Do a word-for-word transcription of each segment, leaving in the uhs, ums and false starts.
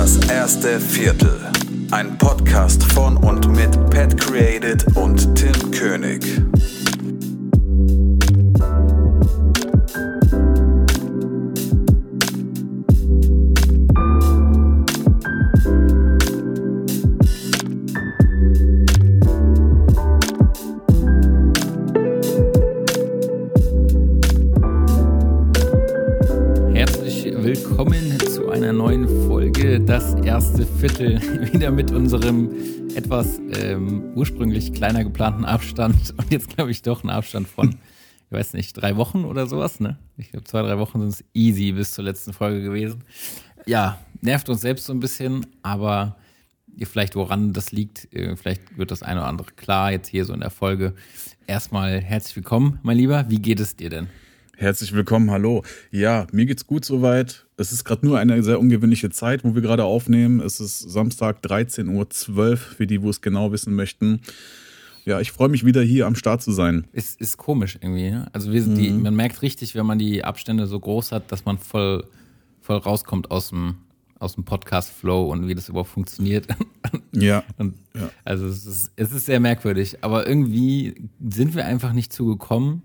Das erste Viertel. Ein Podcast von und mit Pat Created und Tim König. Willkommen zu einer neuen Folge, das erste Viertel, wieder mit unserem etwas ähm, ursprünglich kleiner geplanten Abstand und jetzt glaube ich doch ein Abstand von, ich weiß nicht, drei Wochen oder sowas, ne? Ich glaube zwei, drei Wochen sind es easy bis zur letzten Folge gewesen. Ja, nervt uns selbst so ein bisschen, aber vielleicht woran das liegt, vielleicht wird das eine oder andere klar jetzt hier so in der Folge. Erstmal herzlich willkommen, mein Lieber, wie geht es dir denn? Herzlich willkommen, hallo. Ja, mir geht's gut soweit. Es ist gerade nur eine sehr ungewöhnliche Zeit, wo wir gerade aufnehmen. Es ist Samstag dreizehn Uhr zwölf, für die, wo es genau wissen möchten. Ja, ich freue mich wieder hier am Start zu sein. Ist, ist komisch irgendwie, ne? Also wir sind die, mhm. man merkt richtig, wenn man die Abstände so groß hat, dass man voll, voll rauskommt aus dem, aus dem Podcast-Flow und wie das überhaupt funktioniert. Ja. Und ja. Also es ist, es ist sehr merkwürdig, aber irgendwie sind wir einfach nicht zugekommen.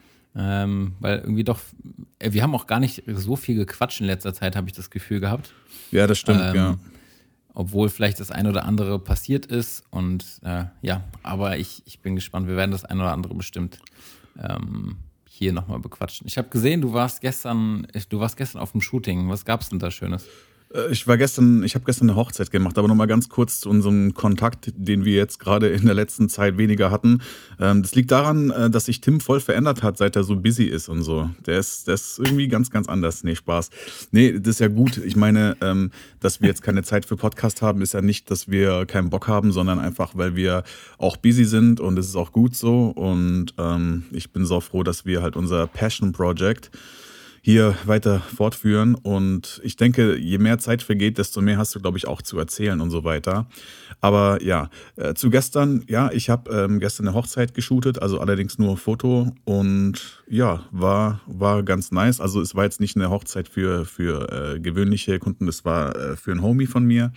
Ähm, weil irgendwie doch, äh, wir haben auch gar nicht so viel gequatscht in letzter Zeit, habe ich das Gefühl gehabt. Ja, das stimmt, ähm, ja. Obwohl vielleicht das ein oder andere passiert ist und äh, ja, aber ich, ich bin gespannt, wir werden das ein oder andere bestimmt ähm, hier nochmal bequatschen. Ich habe gesehen, du warst gestern, du warst gestern auf dem Shooting, was gab's denn da Schönes? Ich war gestern, ich habe gestern eine Hochzeit gemacht, aber nochmal ganz kurz zu unserem Kontakt, den wir jetzt gerade in der letzten Zeit weniger hatten. Das liegt daran, dass sich Tim voll verändert hat, seit er so busy ist und so. Der ist, der ist irgendwie ganz, ganz anders. Nee, Spaß. Nee, das ist ja gut. Ich meine, dass wir jetzt keine Zeit für Podcast haben, ist ja nicht, dass wir keinen Bock haben, sondern einfach, weil wir auch busy sind und es ist auch gut so. Und ich bin so froh, dass wir halt unser Passion Project hier weiter fortführen und ich denke, je mehr Zeit vergeht, desto mehr hast du, glaube ich, auch zu erzählen und so weiter. Aber ja, äh, zu gestern, ja, ich habe ähm, gestern eine Hochzeit geshootet, also allerdings nur Foto und ja, war war ganz nice. Also es war jetzt nicht eine Hochzeit für für äh, gewöhnliche Kunden, das war äh, für einen Homie von mir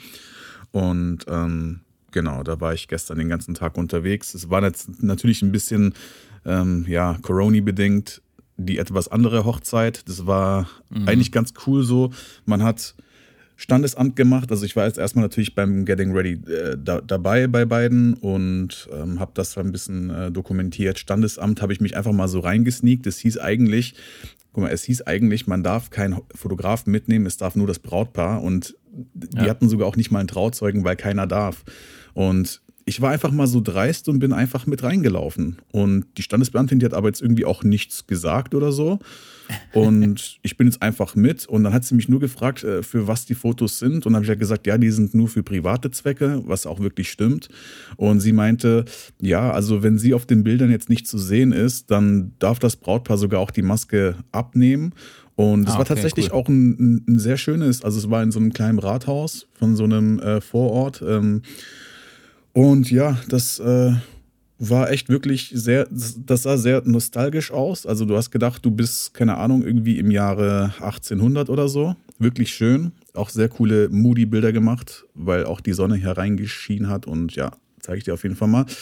und ähm, genau, da war ich gestern den ganzen Tag unterwegs. Es war jetzt natürlich ein bisschen ähm, ja Corona-bedingt die etwas andere Hochzeit. Das war mhm. eigentlich ganz cool so. Man hat Standesamt gemacht. Also ich war jetzt erstmal natürlich beim Getting Ready äh, da, dabei bei beiden und ähm, habe das ein bisschen äh, dokumentiert. Standesamt habe ich mich einfach mal so reingesneakt. Es hieß eigentlich, guck mal, es hieß eigentlich, man darf keinen Fotografen mitnehmen, es darf nur das Brautpaar und die ja. hatten sogar auch nicht mal einen Trauzeugen, weil keiner darf. Und ich war einfach mal so dreist und bin einfach mit reingelaufen. Und die Standesbeamtin, die hat aber jetzt irgendwie auch nichts gesagt oder so. Und ich bin jetzt einfach mit. Und dann hat sie mich nur gefragt, für was die Fotos sind. Und dann habe ich halt gesagt, ja, die sind nur für private Zwecke, was auch wirklich stimmt. Und sie meinte, ja, also wenn sie auf den Bildern jetzt nicht zu sehen ist, dann darf das Brautpaar sogar auch die Maske abnehmen. Und es ah, okay, war tatsächlich cool. auch ein, ein sehr schönes, also es war in so einem kleinen Rathaus von so einem äh, Vorort. Ähm, Und ja, das äh, war echt wirklich sehr, das sah sehr nostalgisch aus. Also du hast gedacht, du bist, keine Ahnung, irgendwie im Jahre achtzehnhundert oder so. Wirklich schön. Auch sehr coole Moody-Bilder gemacht, weil auch die Sonne hereingeschienen hat. Und ja, zeige ich dir auf jeden Fall mal.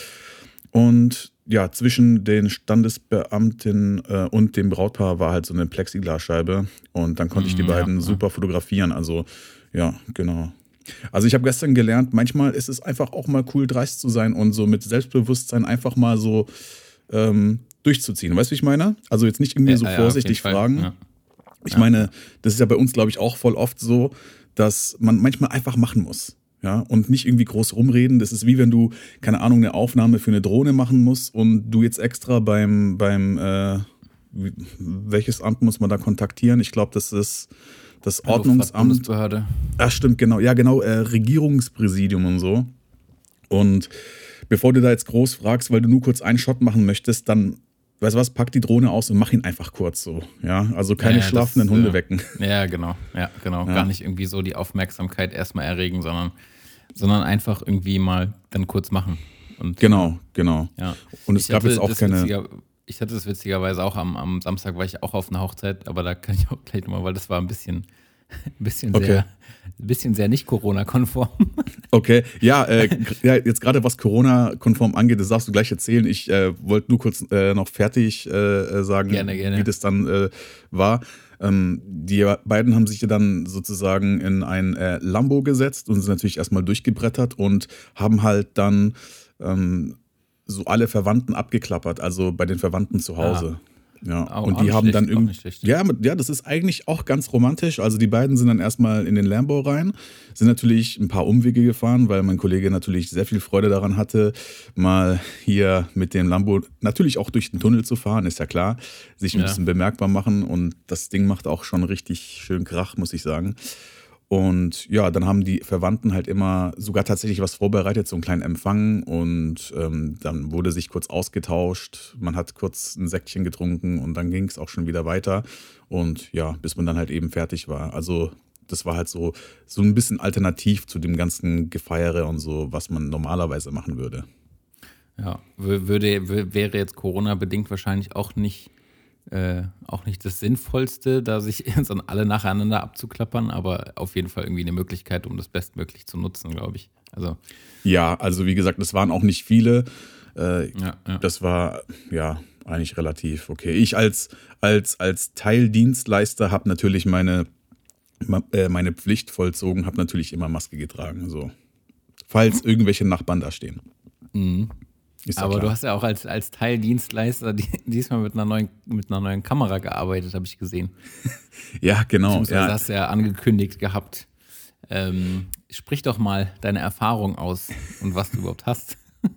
Und ja, zwischen den Standesbeamten äh, und dem Brautpaar war halt so eine Plexiglasscheibe. Und dann konnte ich die ja, beiden ja. super fotografieren. Also ja, genau. Also ich habe gestern gelernt, manchmal ist es einfach auch mal cool, dreist zu sein und so mit Selbstbewusstsein einfach mal so ähm, durchzuziehen. Weißt du, wie ich meine? Also jetzt nicht irgendwie ja, so ja, vorsichtig fragen. Ja. Ich ja. meine, das ist ja bei uns, glaube ich, auch voll oft so, dass man manchmal einfach machen muss. Ja, und nicht irgendwie groß rumreden. Das ist wie wenn du, keine Ahnung, eine Aufnahme für eine Drohne machen musst und du jetzt extra beim, beim äh, welches Amt muss man da kontaktieren? Ich glaube, das ist das Ordnungsamt. Bundesbehörde. Ach, stimmt, genau. Ja, genau, äh, Regierungspräsidium und so. Und bevor du da jetzt groß fragst, weil du nur kurz einen Shot machen möchtest, dann, weißt du was, pack die Drohne aus und mach ihn einfach kurz so. Ja, also keine ja, ja, schlafenden das, Hunde ja. wecken. Ja, genau. Ja, genau. Ja. Gar nicht irgendwie so die Aufmerksamkeit erstmal erregen, sondern, sondern einfach irgendwie mal dann kurz machen. Und, genau, genau. Ja. Und es ich gab jetzt auch keine... Witziger, ich hatte das witzigerweise auch am, am Samstag, war ich auch auf einer Hochzeit, aber da kann ich auch gleich nochmal, weil das war ein bisschen, Ein bisschen Okay. sehr, ein bisschen sehr nicht Corona-konform. Okay, ja, äh, ja jetzt gerade was Corona-konform angeht, das darfst du gleich erzählen. Ich äh, wollte nur kurz äh, noch fertig äh, sagen, Gerne, gerne. wie das dann äh, war. Ähm, die beiden haben sich ja dann sozusagen in ein äh, Lambo gesetzt und sind natürlich erstmal durchgebrettert und haben halt dann ähm, so alle Verwandten abgeklappert, also bei den Verwandten zu Hause. Ja, Auch- und auch die nicht haben schlecht, dann auch irgendwie. nicht schlecht. Ja, mit- ja, das ist eigentlich auch ganz romantisch. Also die beiden sind dann erstmal in den Lambo rein, sind natürlich ein paar Umwege gefahren, weil mein Kollege natürlich sehr viel Freude daran hatte, mal hier mit dem Lambo natürlich auch durch den Tunnel zu fahren, ist ja klar, sich ein Ja. bisschen bemerkbar machen und das Ding macht auch schon richtig schön Krach, muss ich sagen. Und ja, dann haben die Verwandten halt immer sogar tatsächlich was vorbereitet, so einen kleinen Empfang. Und ähm, dann wurde sich kurz ausgetauscht. Man hat kurz ein Säckchen getrunken und dann ging es auch schon wieder weiter. Und ja, bis man dann halt eben fertig war. Also das war halt so, so ein bisschen alternativ zu dem ganzen Gefeiere und so, was man normalerweise machen würde. Ja, wö- würde, wö- wäre jetzt Corona-bedingt wahrscheinlich auch nicht, äh, auch nicht das Sinnvollste, da sich dann alle nacheinander abzuklappern, aber auf jeden Fall irgendwie eine Möglichkeit, um das bestmöglich zu nutzen, glaube ich. Also, Ja, also wie gesagt, es waren auch nicht viele. Äh, ja, ja. Das war ja eigentlich relativ okay. Ich als, als, als Teildienstleister habe natürlich meine, ma- äh, meine Pflicht vollzogen, habe natürlich immer Maske getragen. So. Falls irgendwelche Nachbarn da stehen. Ist ja Aber klar. du hast ja auch als, als Teildienstleister die, diesmal mit einer neuen, mit einer neuen Kamera gearbeitet, habe ich gesehen. Ja, genau. Beziehungsweise Ja. hast du ja angekündigt gehabt. Ähm, sprich doch mal deine Erfahrung aus und was du überhaupt hast.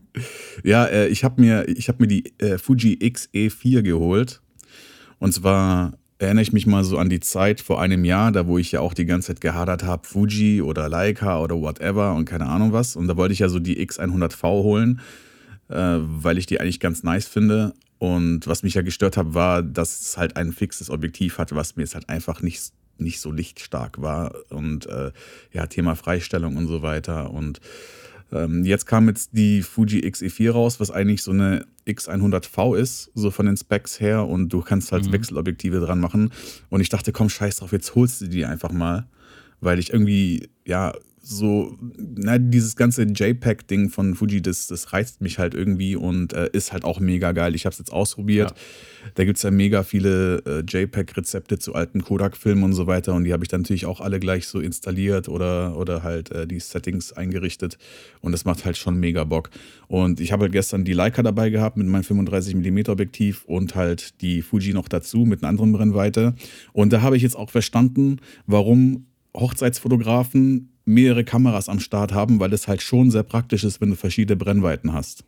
Ja, äh, ich habe mir, ich hab mir die äh, Fuji X E vier geholt. Und zwar erinnere ich mich mal so an die Zeit vor einem Jahr, da wo ich ja auch die ganze Zeit gehadert habe, Fuji oder Leica oder whatever und keine Ahnung was. Und da wollte ich ja so die X hundert V holen, äh, weil ich die eigentlich ganz nice finde. Und was mich ja gestört hat, war, dass es halt ein fixes Objektiv hatte, was mir jetzt halt einfach nicht, nicht so lichtstark war. Und äh, ja, Thema Freistellung und so weiter. Und ähm, jetzt kam jetzt die Fuji X E vier raus, was eigentlich so eine X hundert V ist, so von den Specs her. Und du kannst halt Wechselobjektive dran machen. Und ich dachte, komm, scheiß drauf, jetzt holst du die einfach mal. Weil ich irgendwie, ja, so, na, dieses ganze JPEG-Ding von Fuji, das, das reizt mich halt irgendwie und äh, ist halt auch mega geil. Ich habe es jetzt ausprobiert. Ja. Da gibt es ja mega viele äh, JPEG-Rezepte zu alten Kodak-Filmen und so weiter. Und die habe ich dann natürlich auch alle gleich so installiert oder, oder halt äh, die Settings eingerichtet. Und das macht halt schon mega Bock. Und ich habe halt gestern die Leica dabei gehabt mit meinem fünfunddreißig Millimeter Objektiv und halt die Fuji noch dazu mit einer anderen Brennweite. Und da habe ich jetzt auch verstanden, warum Hochzeitsfotografen mehrere Kameras am Start haben, weil das halt schon sehr praktisch ist, wenn du verschiedene Brennweiten hast.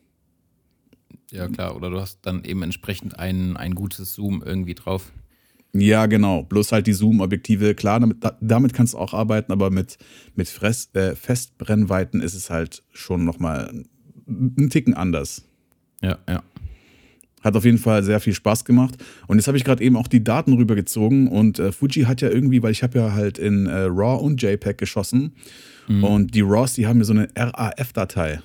Ja, klar. Oder du hast dann eben entsprechend ein, ein gutes Zoom irgendwie drauf. Ja, genau. Bloß halt die Zoom-Objektive, klar, damit, damit kannst du auch arbeiten, aber mit, mit Fress, äh, Festbrennweiten ist es halt schon nochmal einen Ticken anders. Ja, ja. Hat auf jeden Fall sehr viel Spaß gemacht. Und jetzt habe ich gerade eben auch die Daten rübergezogen und äh, Fuji hat ja irgendwie, weil ich habe ja halt in äh, RAW und JPEG geschossen und die RAWs, die haben ja so eine R A F-Datei.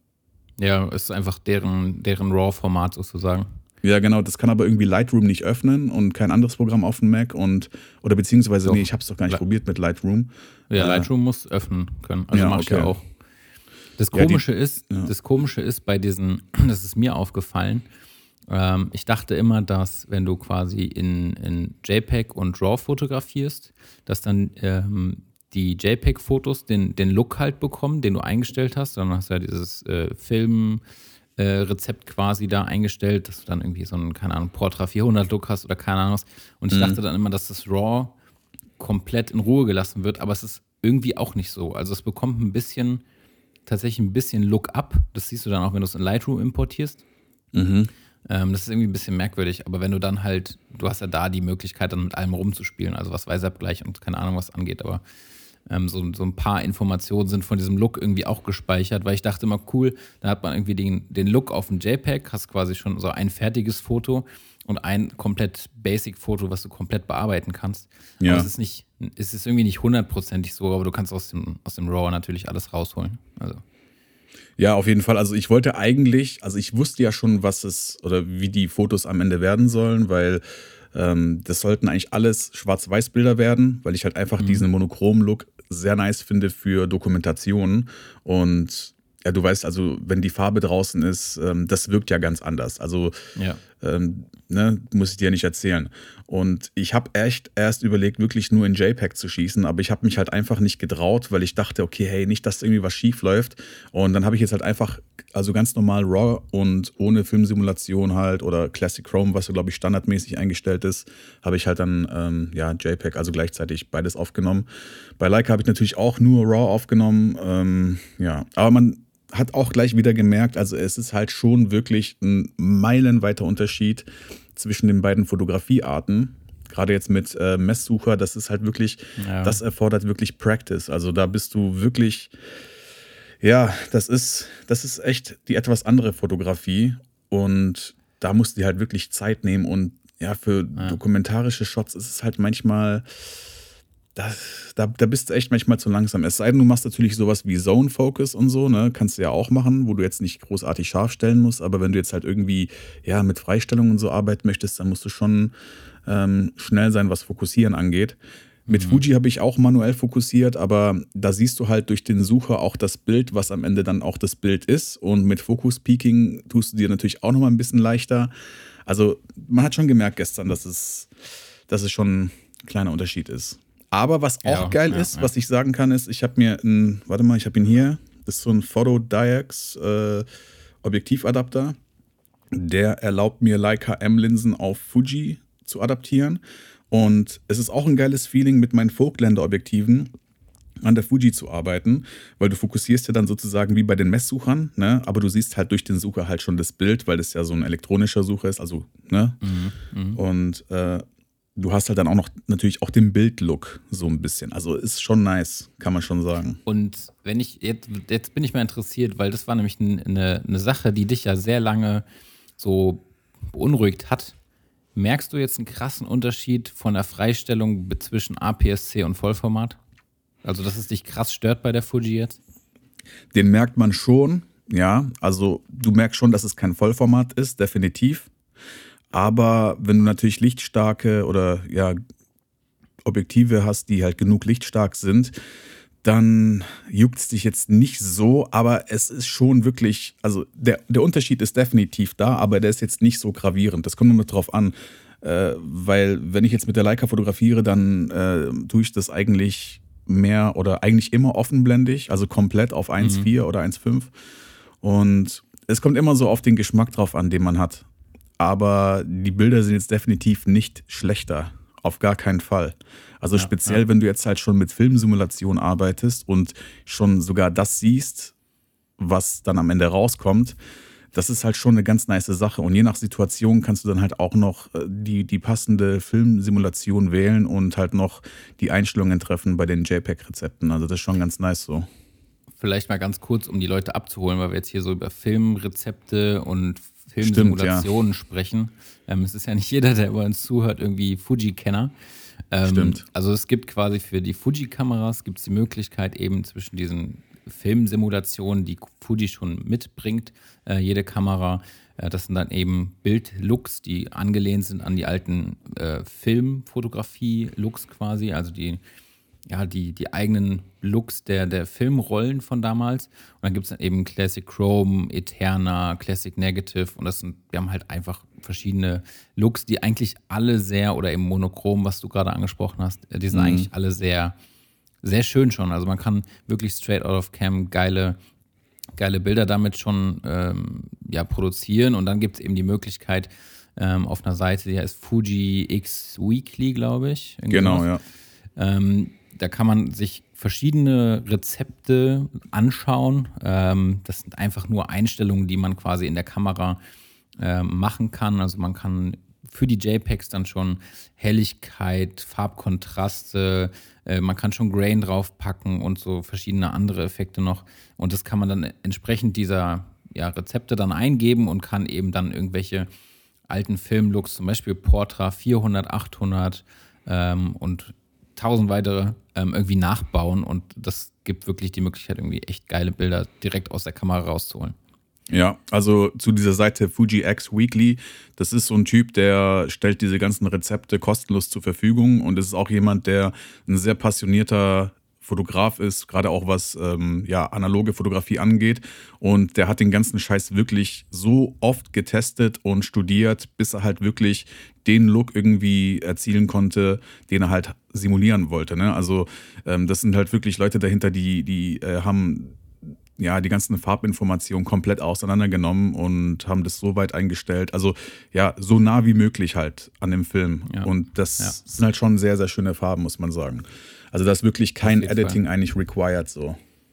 Ja, ist einfach deren, deren RAW-Format sozusagen. Ja, genau, das kann aber irgendwie Lightroom nicht öffnen und kein anderes Programm auf dem Mac und, oder beziehungsweise, Doch. nee, ich habe es doch gar nicht Li- probiert mit Lightroom. Ja, Äh, Lightroom muss öffnen können. Also ja, mach ich ja okay. auch. Das Ja, die- Komische ist, das Komische ist bei diesen, das ist mir aufgefallen, ähm, ich dachte immer, dass wenn du quasi in, in JPEG und RAW fotografierst, dass dann ähm, die JPEG-Fotos den, den Look halt bekommen, den du eingestellt hast. Dann hast du ja dieses äh, Film-Rezept quasi da eingestellt, dass du dann irgendwie so einen, keine Ahnung, Portra vierhundert Look hast oder keine Ahnung was. Und ich dachte dann immer, dass das RAW komplett in Ruhe gelassen wird, aber es ist irgendwie auch nicht so. Also es bekommt ein bisschen, tatsächlich ein bisschen Look up. Das siehst du dann auch, wenn du es in Lightroom importierst. Ähm, das ist irgendwie ein bisschen merkwürdig, aber wenn du dann halt, du hast ja da die Möglichkeit, dann mit allem rumzuspielen, also was Weißabgleich und keine Ahnung was angeht, aber ähm, so, so ein paar Informationen sind von diesem Look irgendwie auch gespeichert, weil ich dachte immer, cool, da hat man irgendwie den, den Look auf dem JPEG, hast quasi schon so ein fertiges Foto und ein komplett Basic-Foto, was du komplett bearbeiten kannst. Ja. Aber es ist nicht, es ist irgendwie nicht hundertprozentig so, aber du kannst aus dem, aus dem RAW natürlich alles rausholen. Also. Ja, auf jeden Fall. Also ich wollte eigentlich, also ich wusste ja schon, was es oder wie die Fotos am Ende werden sollen, weil Ähm, das sollten eigentlich alles Schwarz-Weiß-Bilder werden, weil ich halt einfach Mhm. diesen Monochrom-Look sehr nice finde für Dokumentationen. Und ja, du weißt also, wenn die Farbe draußen ist, ähm, das wirkt ja ganz anders. Also, Ja. ähm, ne, muss ich dir nicht erzählen. Und ich habe echt erst überlegt, wirklich nur in JPEG zu schießen, aber ich habe mich halt einfach nicht getraut, weil ich dachte, okay, hey, nicht, dass irgendwie was schief läuft. Und dann habe ich jetzt halt einfach, also ganz normal RAW und ohne Filmsimulation halt oder Classic Chrome, was so, glaube ich, standardmäßig eingestellt ist, habe ich halt dann, ähm, ja, JPEG, also gleichzeitig beides aufgenommen. Bei Leica habe ich natürlich auch nur RAW aufgenommen, ähm, ja, aber man hat auch gleich wieder gemerkt, also es ist halt schon wirklich ein meilenweiter Unterschied zwischen den beiden Fotografiearten. Gerade jetzt mit äh, Messsucher, das ist halt wirklich, Ja. das erfordert wirklich Practice. Also da bist du wirklich, ja, das ist, das ist echt die etwas andere Fotografie und da musst du dir halt wirklich Zeit nehmen und ja, für Ja. dokumentarische Shots ist es halt manchmal, da, da, da bist du echt manchmal zu langsam. Es sei denn, du machst natürlich sowas wie Zone Focus und so, ne? Kannst du ja auch machen, wo du jetzt nicht großartig scharf stellen musst. Aber wenn du jetzt halt irgendwie ja, mit Freistellungen und so arbeiten möchtest, dann musst du schon ähm, schnell sein, was Fokussieren angeht. Mit Mhm. Fuji habe ich auch manuell fokussiert, aber da siehst du halt durch den Sucher auch das Bild, was am Ende dann auch das Bild ist. Und mit Focus Peaking tust du dir natürlich auch nochmal ein bisschen leichter. Also man hat schon gemerkt gestern, dass es, dass es schon ein kleiner Unterschied ist. Aber was auch Ja, geil ja, ist, ja. was ich sagen kann, ist, ich habe mir ein, warte mal, ich habe ihn hier, das ist so ein Photodiox äh, Objektivadapter. Der erlaubt mir Leica M-Linsen auf Fuji zu adaptieren. Und es ist auch ein geiles Feeling, mit meinen Vogtländer-Objektiven an der Fuji zu arbeiten, weil du fokussierst ja dann sozusagen wie bei den Messsuchern, ne? Aber du siehst halt durch den Sucher halt schon das Bild, weil das ja so ein elektronischer Sucher ist, also, ne? Mhm. Mhm. Und äh, du hast halt dann auch noch natürlich auch den Bildlook so ein bisschen. Also ist schon nice, kann man schon sagen. Und wenn ich, jetzt, jetzt bin ich mal interessiert, weil das war nämlich eine, eine Sache, die dich ja sehr lange so beunruhigt hat. Merkst du jetzt einen krassen Unterschied von der Freistellung zwischen A P S C und Vollformat? Also, dass es dich krass stört bei der Fuji jetzt? Den merkt man schon, ja. Also du merkst schon, dass es kein Vollformat ist, definitiv. Aber wenn du natürlich lichtstarke oder ja Objektive hast, die halt genug lichtstark sind, dann juckt es dich jetzt nicht so, aber es ist schon wirklich, also der, der Unterschied ist definitiv da, aber der ist jetzt nicht so gravierend. Das kommt nur mit drauf an, äh, weil wenn ich jetzt mit der Leica fotografiere, dann äh, tue ich das eigentlich mehr oder eigentlich immer offenblendig, also komplett auf eins Komma vier oder eins Komma fünf. Und es kommt immer so auf den Geschmack drauf an, den man hat. Aber die Bilder sind jetzt definitiv nicht schlechter. Auf gar keinen Fall. Also Ja, speziell, ja. wenn du jetzt halt schon mit Filmsimulation arbeitest und schon sogar das siehst, was dann am Ende rauskommt, das ist halt schon eine ganz nice Sache. Und je nach Situation kannst du dann halt auch noch äh, die, die passende Filmsimulation wählen und halt noch die Einstellungen treffen bei den JPEG-Rezepten. Also das ist schon ganz nice so. Vielleicht mal ganz kurz, um die Leute abzuholen, weil wir jetzt hier so über Filmrezepte und Filmsimulationen sprechen. Ähm, es ist ja nicht jeder, der bei uns zuhört, irgendwie Fuji-Kenner. Ähm, Stimmt. Also es gibt quasi für die Fuji-Kameras gibt's die Möglichkeit eben zwischen diesen Filmsimulationen, die Fuji schon mitbringt, äh, jede Kamera, äh, das sind dann eben Bildlooks, die angelehnt sind an die alten äh, Filmfotografie-Looks quasi, also die ja, die, die eigenen Looks der, der Filmrollen von damals. Und dann gibt es dann eben Classic Chrome, Eterna, Classic Negative und das sind, wir haben halt einfach verschiedene Looks, die eigentlich alle sehr, oder eben Monochrom, was du gerade angesprochen hast, die sind Mhm. eigentlich alle sehr, sehr schön schon. Also man kann wirklich straight out of cam geile, geile Bilder damit schon ähm, ja, produzieren und dann gibt es eben die Möglichkeit ähm, auf einer Seite, die heißt Fuji X Weekly, glaube ich. Irgendwie Genau, sowas. ja. Ähm, da kann man sich verschiedene Rezepte anschauen. Ähm, das sind einfach nur Einstellungen, die man quasi in der Kamera ähm, machen kann. Also man kann für die JPEGs dann schon Helligkeit, Farbkontraste, äh, man kann schon Grain draufpacken und so verschiedene andere Effekte noch. Und das kann man dann entsprechend dieser ja, Rezepte dann eingeben und kann eben dann irgendwelche alten Filmlooks, zum Beispiel Portra vierhundert, achthundert ähm, und tausend weitere ähm, irgendwie nachbauen und das gibt wirklich die Möglichkeit, irgendwie echt geile Bilder direkt aus der Kamera rauszuholen. Ja, also zu dieser Seite Fuji X Weekly, das ist so ein Typ, der stellt diese ganzen Rezepte kostenlos zur Verfügung und es ist auch jemand, der ein sehr passionierter Fotograf ist, gerade auch was ähm, ja, analoge Fotografie angeht. Und der hat den ganzen Scheiß wirklich so oft getestet und studiert, bis er halt wirklich den Look irgendwie erzielen konnte, den er halt simulieren wollte. Ne? Also ähm, das sind halt wirklich Leute dahinter, die, die äh, haben ja die ganzen Farbinformationen komplett auseinandergenommen und haben das so weit eingestellt. Also ja, so nah wie möglich halt an dem Film. Ja. Und das ja. sind halt schon sehr, sehr schöne Farben, muss man sagen. Also da ist wirklich kein Editing Fall. eigentlich required so.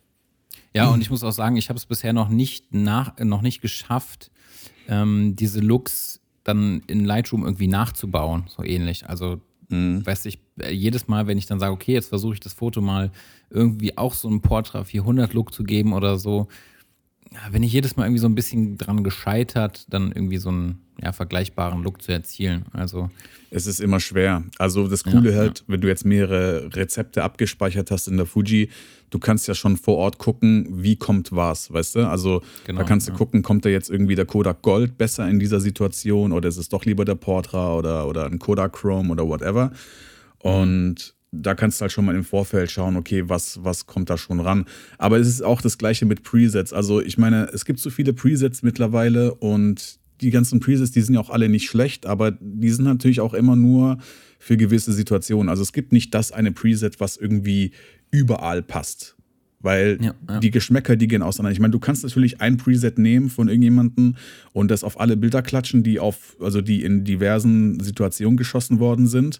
Ja, und ich muss auch sagen, ich habe es bisher noch nicht nach, noch nicht geschafft, ähm, diese Looks dann in Lightroom irgendwie nachzubauen, so ähnlich. Also mhm. weiß ich, jedes Mal, wenn ich dann sage, okay, jetzt versuche ich das Foto mal irgendwie auch so einen Portra vierhundert Look zu geben oder so, ja, wenn ich jedes Mal irgendwie so ein bisschen dran gescheitert, dann irgendwie so einen ja, vergleichbaren Look zu erzielen. Also es ist immer schwer. Also das Coole ja, halt, ja. wenn du jetzt mehrere Rezepte abgespeichert hast in der Fuji, du kannst ja schon vor Ort gucken, wie kommt was, weißt du? Also genau, da kannst du ja. gucken, kommt da jetzt irgendwie der Kodak Gold besser in dieser Situation oder ist es doch lieber der Portra oder, oder ein Kodak Chrome oder whatever. Und da kannst du halt schon mal im Vorfeld schauen, okay, was, was kommt da schon ran. Aber es ist auch das Gleiche mit Presets. Also ich meine, es gibt so viele Presets mittlerweile und die ganzen Presets, die sind ja auch alle nicht schlecht, aber die sind natürlich auch immer nur für gewisse Situationen. Also es gibt nicht das eine Preset, was irgendwie überall passt. Weil ja, ja. die Geschmäcker, die gehen auseinander. Ich meine, du kannst natürlich ein Preset nehmen von irgendjemandem und das auf alle Bilder klatschen, die auf, also die in diversen Situationen geschossen worden sind.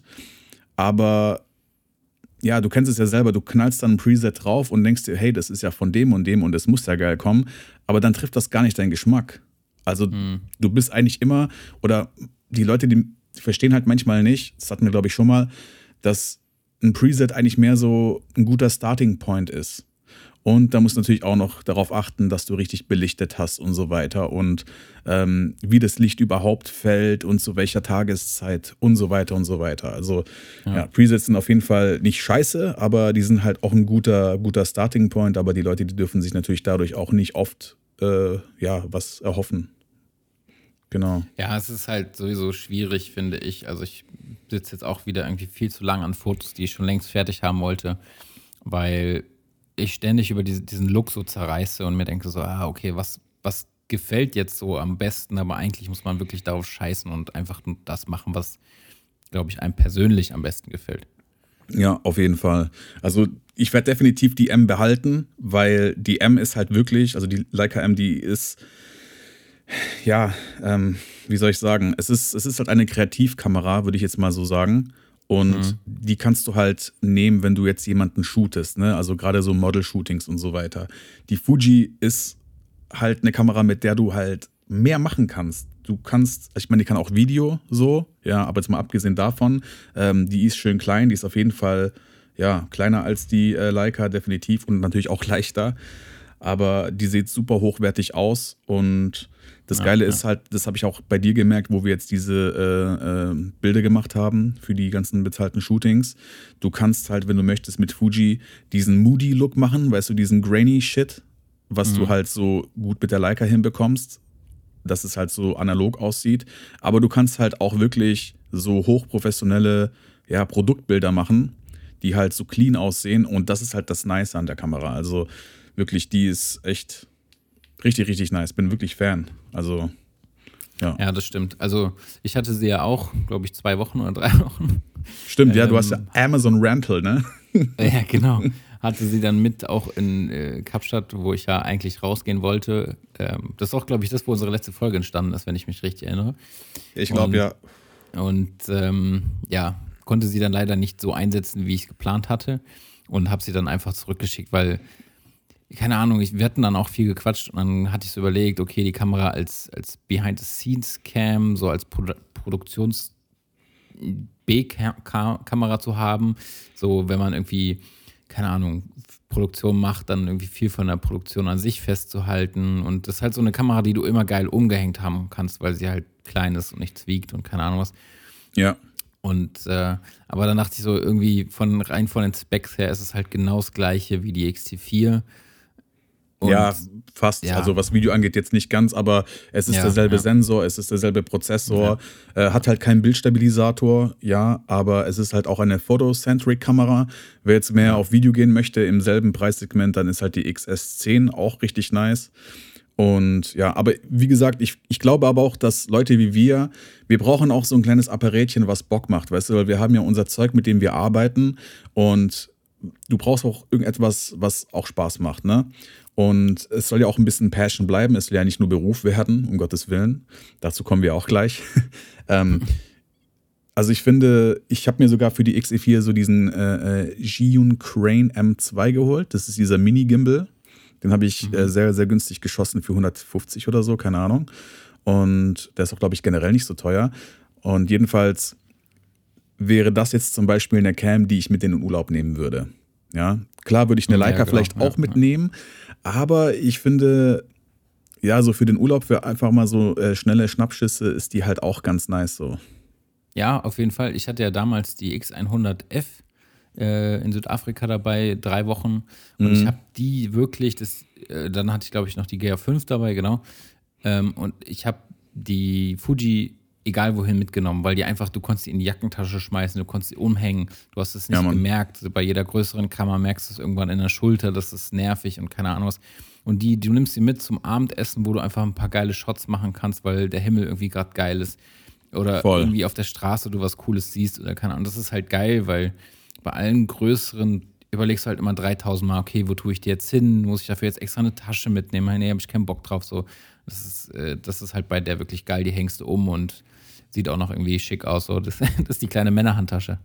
Aber ja, du kennst es ja selber, du knallst dann ein Preset drauf und denkst dir, hey, das ist ja von dem und dem und das muss ja geil kommen. Aber dann trifft das gar nicht deinen Geschmack. Also mhm. du bist eigentlich immer, oder die Leute, die verstehen halt manchmal nicht, das hatten wir glaube ich schon mal, dass ein Preset eigentlich mehr so ein guter Starting Point ist. Und da musst du natürlich auch noch darauf achten, dass du richtig belichtet hast und so weiter und ähm, wie das Licht überhaupt fällt und zu welcher Tageszeit und so weiter und so weiter. Also ja. Ja, Presets sind auf jeden Fall nicht scheiße, aber die sind halt auch ein guter, guter Starting Point, aber die Leute, die dürfen sich natürlich dadurch auch nicht oft äh, ja, was erhoffen. Genau. Ja, es ist halt sowieso schwierig, finde ich. Also ich sitze jetzt auch wieder irgendwie viel zu lang an Fotos, die ich schon längst fertig haben wollte, weil ich ständig über diese, diesen Look so zerreiße und mir denke so, ah, okay, was, was gefällt jetzt so am besten, aber eigentlich muss man wirklich darauf scheißen und einfach das machen, was, glaube ich, einem persönlich am besten gefällt. Ja, auf jeden Fall. Also ich werde definitiv die M behalten, weil die M ist halt wirklich, also die Leica M, die ist, ja, ähm, wie soll ich sagen, es ist, es ist halt eine Kreativkamera, würde ich jetzt mal so sagen. Und mhm. die kannst du halt nehmen, wenn du jetzt jemanden shootest, ne? Also gerade so Model-Shootings und so weiter. Die Fuji ist halt eine Kamera, mit der du halt mehr machen kannst. Du kannst, ich meine, die kann auch Video so, ja, aber jetzt mal abgesehen davon, ähm, die ist schön klein, die ist auf jeden Fall, ja, kleiner als die äh, Leica, definitiv und natürlich auch leichter. Aber die sieht super hochwertig aus und das ja, Geile ja. ist halt, das habe ich auch bei dir gemerkt, wo wir jetzt diese äh, äh, Bilder gemacht haben für die ganzen bezahlten Shootings. Du kannst halt, wenn du möchtest, mit Fuji diesen Moody-Look machen, weißt du, diesen Grainy-Shit, was mhm. du halt so gut mit der Leica hinbekommst, dass es halt so analog aussieht. Aber du kannst halt auch wirklich so hochprofessionelle ja, Produktbilder machen, die halt so clean aussehen und das ist halt das Nice an der Kamera. Also wirklich, die ist echt richtig, richtig nice. Bin wirklich Fan. Also, ja. Ja, das stimmt. Also, ich hatte sie ja auch, glaube ich, zwei Wochen oder drei Wochen. Stimmt, ähm, ja, du hast ja Amazon Rental, ne? Ja, genau. Hatte sie dann mit auch in äh, Kapstadt, wo ich ja eigentlich rausgehen wollte. Ähm, das ist auch, glaube ich, das, wo unsere letzte Folge entstanden ist, wenn ich mich richtig erinnere. Ich glaube, ja. Und ähm, ja, konnte sie dann leider nicht so einsetzen, wie ich es geplant hatte. Und habe sie dann einfach zurückgeschickt, weil keine Ahnung, ich, wir hatten dann auch viel gequatscht und dann hatte ich so überlegt, okay, die Kamera als, als Behind-the-Scenes-Cam, so als Pro- Produktions-B-Kamera zu haben, so wenn man irgendwie, keine Ahnung, Produktion macht, dann irgendwie viel von der Produktion an sich festzuhalten und das ist halt so eine Kamera, die du immer geil umgehängt haben kannst, weil sie halt klein ist und nichts wiegt und keine Ahnung was. Ja. Und, äh, aber dann dachte ich so, irgendwie von rein von den Specs her ist es halt genau das gleiche wie die X T vier. Und ja, fast. ja. Also was Video angeht, jetzt nicht ganz, aber es ist Ja, derselbe ja. Sensor, es ist derselbe Prozessor, äh, hat halt keinen Bildstabilisator, ja, aber es ist halt auch eine Photocentric-Kamera. Wer jetzt mehr auf Video gehen möchte, im selben Preissegment, dann ist halt die X S zehn auch richtig nice. Und ja, aber wie gesagt, ich, ich glaube aber auch, dass Leute wie wir, wir brauchen auch so ein kleines Apparätchen, was Bock macht, weißt du, weil wir haben ja unser Zeug, mit dem wir arbeiten und du brauchst auch irgendetwas, was auch Spaß macht, ne? Und es soll ja auch ein bisschen Passion bleiben, es soll ja nicht nur Beruf werden, um Gottes Willen. Dazu kommen wir auch gleich. ähm, also ich finde, ich habe mir sogar für die X E vier so diesen äh, äh, Zhiyun Crane M zwei geholt, das ist dieser Mini-Gimbal. Den habe ich äh, sehr, sehr günstig geschossen für hundertfünfzig oder so, keine Ahnung. Und der ist auch, glaube ich, generell nicht so teuer. Und jedenfalls wäre das jetzt zum Beispiel eine Cam, die ich mit in den Urlaub nehmen würde. Ja, klar würde ich eine Leica ja, genau. vielleicht auch ja, mitnehmen, aber ich finde, ja, so für den Urlaub, für einfach mal so äh, schnelle Schnappschüsse ist die halt auch ganz nice so. Ja, auf jeden Fall. Ich hatte ja damals die X hundert F äh, in Südafrika dabei, drei Wochen. Und Mhm. ich habe die wirklich, das, äh, dann hatte ich glaube ich noch die G R fünf dabei, genau. Ähm, und ich habe die Fuji egal wohin mitgenommen, weil die einfach, du konntest die in die Jackentasche schmeißen, du konntest sie umhängen, du hast es nicht Ja, Mann. gemerkt. Bei jeder größeren Kamera merkst du es irgendwann in der Schulter, das ist nervig und keine Ahnung was. Und die, du nimmst sie mit zum Abendessen, wo du einfach ein paar geile Shots machen kannst, weil der Himmel irgendwie gerade geil ist. Oder Voll. irgendwie auf der Straße du was Cooles siehst oder keine Ahnung. Das ist halt geil, weil bei allen größeren überlegst du halt immer dreitausend Mal, okay, wo tue ich die jetzt hin? Muss ich dafür jetzt extra eine Tasche mitnehmen? Nee, habe ich keinen Bock drauf. So, das ist, äh, das ist halt bei der wirklich geil, die hängst du um und sieht auch noch irgendwie schick aus. So. Das, das ist die kleine Männerhandtasche.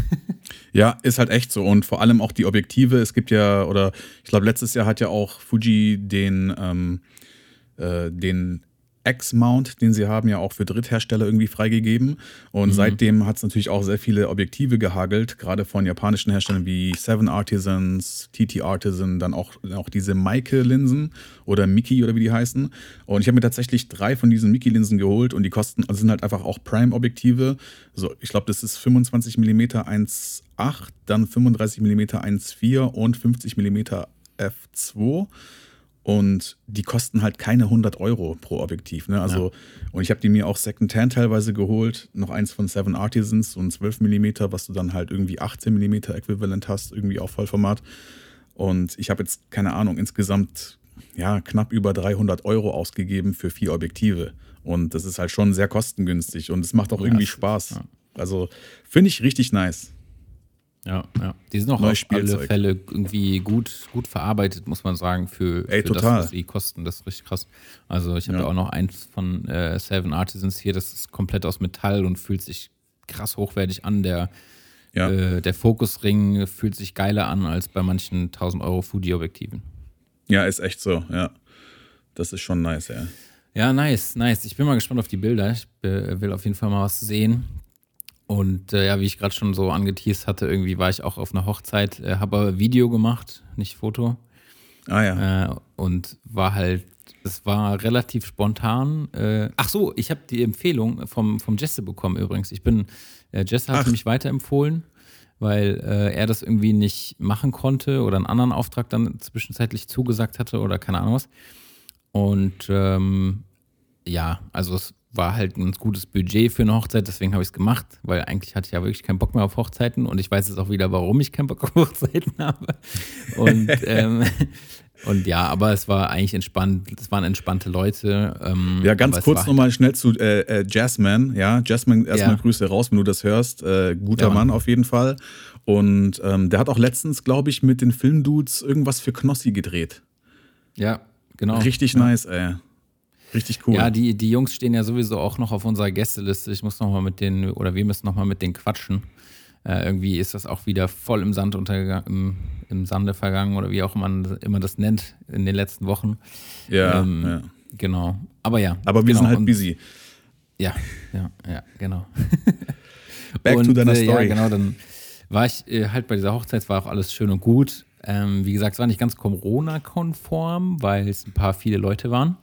Ja, ist halt echt so. Und vor allem auch die Objektive. Es gibt ja, oder ich glaube, letztes Jahr hat ja auch Fuji den, ähm, äh, den X-Mount, den sie haben, ja auch für Dritthersteller irgendwie freigegeben. Und Mhm. seitdem hat es natürlich auch sehr viele Objektive gehagelt, gerade von japanischen Herstellern wie Seven Artisans, T T Artisan, dann auch, auch diese Meike-Linsen oder Miki oder wie die heißen. Und ich habe mir tatsächlich drei von diesen Miki-Linsen geholt und die kosten, also sind halt einfach auch Prime-Objektive. So, ich glaube, das ist fünfundzwanzig Millimeter eins Komma acht, dann fünfunddreißig Millimeter eins Komma vier und fünfzig Millimeter f zwei. Und die kosten halt keine hundert Euro pro Objektiv. Ne? Also, ja. Und ich habe die mir auch Secondhand teilweise geholt. Noch eins von Seven Artisans, so ein zwölf Millimeter, was du dann halt irgendwie achtzehn Millimeter Äquivalent hast, irgendwie auf Vollformat. Und ich habe jetzt, keine Ahnung, insgesamt ja, knapp über dreihundert Euro ausgegeben für vier Objektive. Und das ist halt schon sehr kostengünstig und es macht auch Ja, irgendwie das- Spaß. ja. Also finde ich richtig nice. Ja, ja. Die sind auch Neues auf alle Spielzeug. Fälle irgendwie gut, gut verarbeitet, muss man sagen, für, Ey, für total. das, was sie kosten. Das ist richtig krass. Also ich habe Ja. ja auch noch eins von äh, Seven Artisans hier, das ist komplett aus Metall und fühlt sich krass hochwertig an. Der, Ja. äh, der Fokusring fühlt sich geiler an als bei manchen tausend Euro Fuji-Objektiven. Ja, ist echt so, ja. Das ist schon nice, ja. Ja, nice, nice. Ich bin mal gespannt auf die Bilder. Ich äh, will auf jeden Fall mal was sehen. Und äh, ja, wie ich gerade schon so angeteased hatte, irgendwie war ich auch auf einer Hochzeit, äh, habe aber Video gemacht, nicht Foto. Ah ja. Äh, und war halt, es war relativ spontan. Äh, ach so, ich habe die Empfehlung vom, vom Jesse bekommen übrigens. Ich bin, äh, Jesse hat Ach. mich weiterempfohlen, weil äh, er das irgendwie nicht machen konnte oder einen anderen Auftrag dann zwischenzeitlich zugesagt hatte oder keine Ahnung was. Und ähm, ja, also es war halt ein ganz gutes Budget für eine Hochzeit, deswegen habe ich es gemacht, weil eigentlich hatte ich ja wirklich keinen Bock mehr auf Hochzeiten und ich weiß jetzt auch wieder, warum ich keinen Bock auf Hochzeiten habe. Und, ähm, und ja, aber es war eigentlich entspannt, es waren entspannte Leute. Ähm, Ja, ganz aber es kurz war nochmal schnell zu äh, äh, Jasmine. Ja, Jasmine, erstmal Ja. Grüße raus, wenn du das hörst. Äh, guter Ja, Mann. Mann auf jeden Fall. Und ähm, der hat auch letztens, glaube ich, mit den Filmdudes irgendwas für Knossi gedreht. Ja, genau. Richtig ja. nice, ey. Richtig cool. Ja, die, die Jungs stehen ja sowieso auch noch auf unserer Gästeliste. Ich muss noch mal mit denen, oder wir müssen noch mal mit denen quatschen. Äh, irgendwie ist das auch wieder voll im Sand untergegangen, im, im Sande vergangen oder wie auch man immer das nennt in den letzten Wochen. ja, ähm, ja. Genau. Aber ja. Aber wir genau. sind halt Und- busy. Ja, ja, ja, genau. Back und, to deiner äh, Story. Ja, genau, dann war ich äh, halt bei dieser Hochzeit, es war auch alles schön und gut. Ähm, wie gesagt, es war nicht ganz Corona-konform, weil es ein paar viele Leute waren.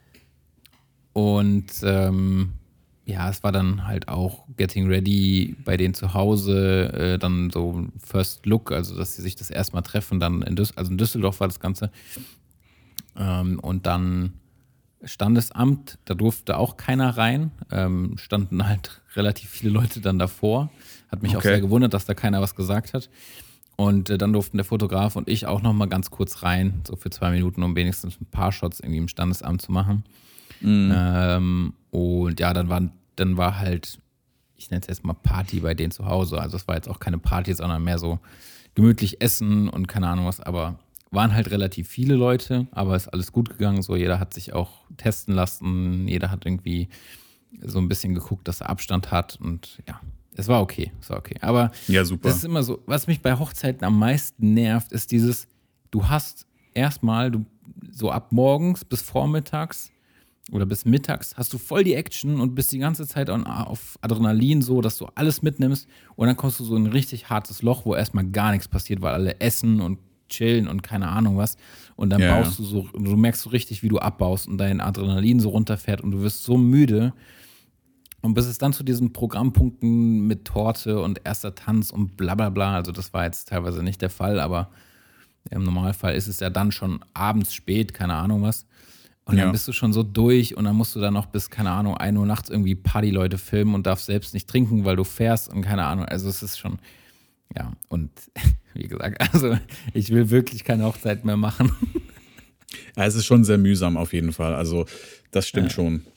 Und ähm, ja, es war dann halt auch Getting Ready bei denen zu Hause, äh, dann so First Look, also dass sie sich das erstmal treffen, dann in, Düs- also in Düsseldorf war das Ganze. Ähm, und dann Standesamt, da durfte auch keiner rein. Ähm, standen halt relativ viele Leute dann davor. Hat mich okay. auch sehr gewundert, dass da keiner was gesagt hat. Und äh, dann durften der Fotograf und ich auch noch mal ganz kurz rein, so für zwei Minuten, um wenigstens ein paar Shots irgendwie im Standesamt zu machen. Mhm. Ähm, und ja, dann war, dann war halt, ich nenne es jetzt mal Party bei denen zu Hause. Also es war jetzt auch keine Party, sondern mehr so gemütlich essen und keine Ahnung was. Aber waren halt relativ viele Leute, aber ist alles gut gegangen. So, jeder hat sich auch testen lassen, jeder hat irgendwie so ein bisschen geguckt, dass er Abstand hat und ja. Es war okay, es war okay. Aber ja, super. Das ist immer so, was mich bei Hochzeiten am meisten nervt, ist dieses, du hast erstmal, du so ab morgens bis vormittags oder bis mittags hast du voll die Action und bist die ganze Zeit auf Adrenalin so, dass du alles mitnimmst und dann kommst du so in ein richtig hartes Loch, wo erstmal gar nichts passiert, weil alle essen und chillen und keine Ahnung was und dann ja, baust ja. du so, du merkst so richtig, wie du abbaust und dein Adrenalin so runterfährt und du wirst so müde. Und bis es dann zu diesen Programmpunkten mit Torte und erster Tanz und bla bla bla, also das war jetzt teilweise nicht der Fall, aber im Normalfall ist es ja dann schon abends spät, keine Ahnung was. Und dann ja. bist du schon so durch und dann musst du dann noch bis, keine Ahnung, ein Uhr nachts irgendwie Partyleute filmen und darfst selbst nicht trinken, weil du fährst und keine Ahnung. Also es ist schon, ja, und wie gesagt, also ich will wirklich keine Hochzeit mehr machen. Ja, es ist schon sehr mühsam auf jeden Fall, also das stimmt ja. schon.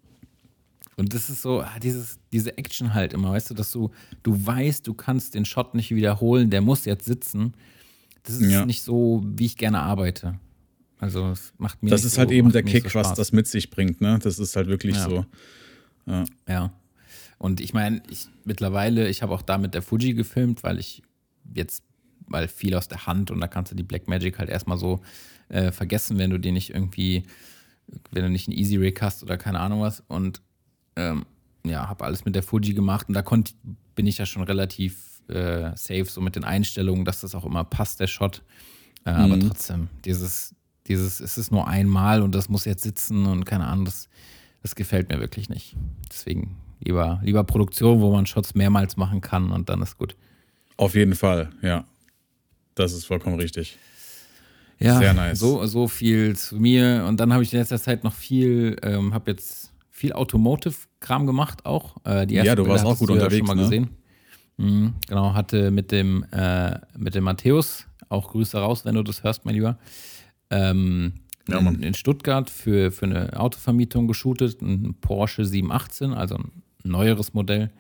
Und das ist so, dieses, diese Action halt immer, weißt du, dass du, du weißt, du kannst den Shot nicht wiederholen, der muss jetzt sitzen. Das ist ja. nicht so, wie ich gerne arbeite. Also es macht mir Das nicht ist so, halt eben der so Kick, Spaß. was das mit sich bringt, ne? Das ist halt wirklich ja. so. Ja. ja. Und ich meine, ich mittlerweile, ich habe auch da mit der Fuji gefilmt, weil ich jetzt, weil viel aus der Hand und da kannst du die Blackmagic halt erstmal so äh, vergessen, wenn du die nicht irgendwie, wenn du nicht einen Easy Rig hast oder keine Ahnung was. Und Ähm, ja, habe alles mit der Fuji gemacht und da konnt, bin ich ja schon relativ äh, safe, so mit den Einstellungen, dass das auch immer passt, der Shot. Äh, mhm. Aber trotzdem, dieses, dieses, es ist nur einmal und das muss jetzt sitzen und keine Ahnung, das, das gefällt mir wirklich nicht. Deswegen lieber, lieber Produktion, wo man Shots mehrmals machen kann und dann ist gut. Auf jeden Fall, ja. Das ist vollkommen richtig. Ja, sehr nice. So, so viel zu mir und dann habe ich in letzter Zeit noch viel, ähm, habe jetzt viel Automotive-Kram gemacht auch. Äh, die ja, du Bilder warst auch gut unterwegs, ja schon mal ne? gesehen. Mhm, genau, hatte mit dem, äh, mit dem Matthäus, auch Grüße raus, wenn du das hörst, mein Lieber, ähm, ja, in, in Stuttgart für, für eine Autovermietung geshootet, ein Porsche sieben achtzehn, also ein neueres Modell.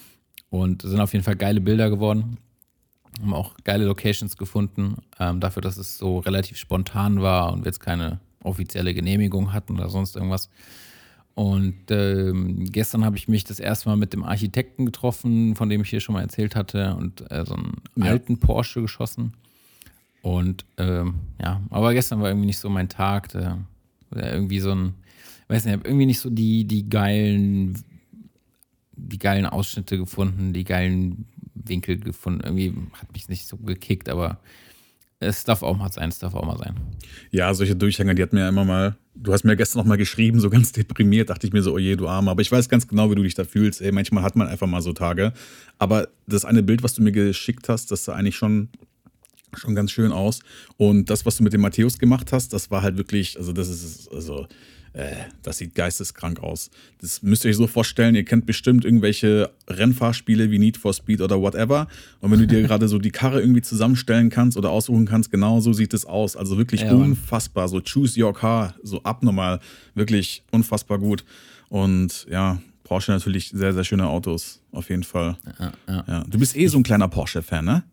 Und sind auf jeden Fall geile Bilder geworden. Haben auch geile Locations gefunden, ähm, dafür, dass es so relativ spontan war und wir jetzt keine offizielle Genehmigung hatten oder sonst irgendwas. Und ähm, gestern habe ich mich das erste Mal mit dem Architekten getroffen, von dem ich hier schon mal erzählt hatte, und äh, so einen ja. alten Porsche geschossen. Und ähm, ja, aber gestern war irgendwie nicht so mein Tag. Da war irgendwie so ein, weiß nicht, ich habe irgendwie nicht so die, die geilen, die geilen Ausschnitte gefunden, die geilen Winkel gefunden. Irgendwie hat mich nicht so gekickt, aber es darf auch mal sein, es darf auch mal sein. Ja, solche Durchhänger, die hat mir ja immer mal, du hast mir gestern noch mal geschrieben, so ganz deprimiert, dachte ich mir so, oh je, du Armer. Aber ich weiß ganz genau, wie du dich da fühlst. Ey, manchmal hat man einfach mal so Tage. Aber das eine Bild, was du mir geschickt hast, das sah eigentlich schon, schon ganz schön aus. Und das, was du mit dem Matthäus gemacht hast, das war halt wirklich, also das ist, also äh, das sieht geisteskrank aus. Das müsst ihr euch so vorstellen, ihr kennt bestimmt irgendwelche Rennfahrspiele wie Need for Speed oder whatever. Und wenn du dir gerade so die Karre irgendwie zusammenstellen kannst oder aussuchen kannst, genau so sieht es aus. Also wirklich ja, unfassbar. So choose your car, so abnormal. Wirklich unfassbar gut. Und ja, Porsche natürlich sehr, sehr schöne Autos. Auf jeden Fall. Ja, ja. Ja. Du bist eh so ein kleiner Porsche-Fan, ne?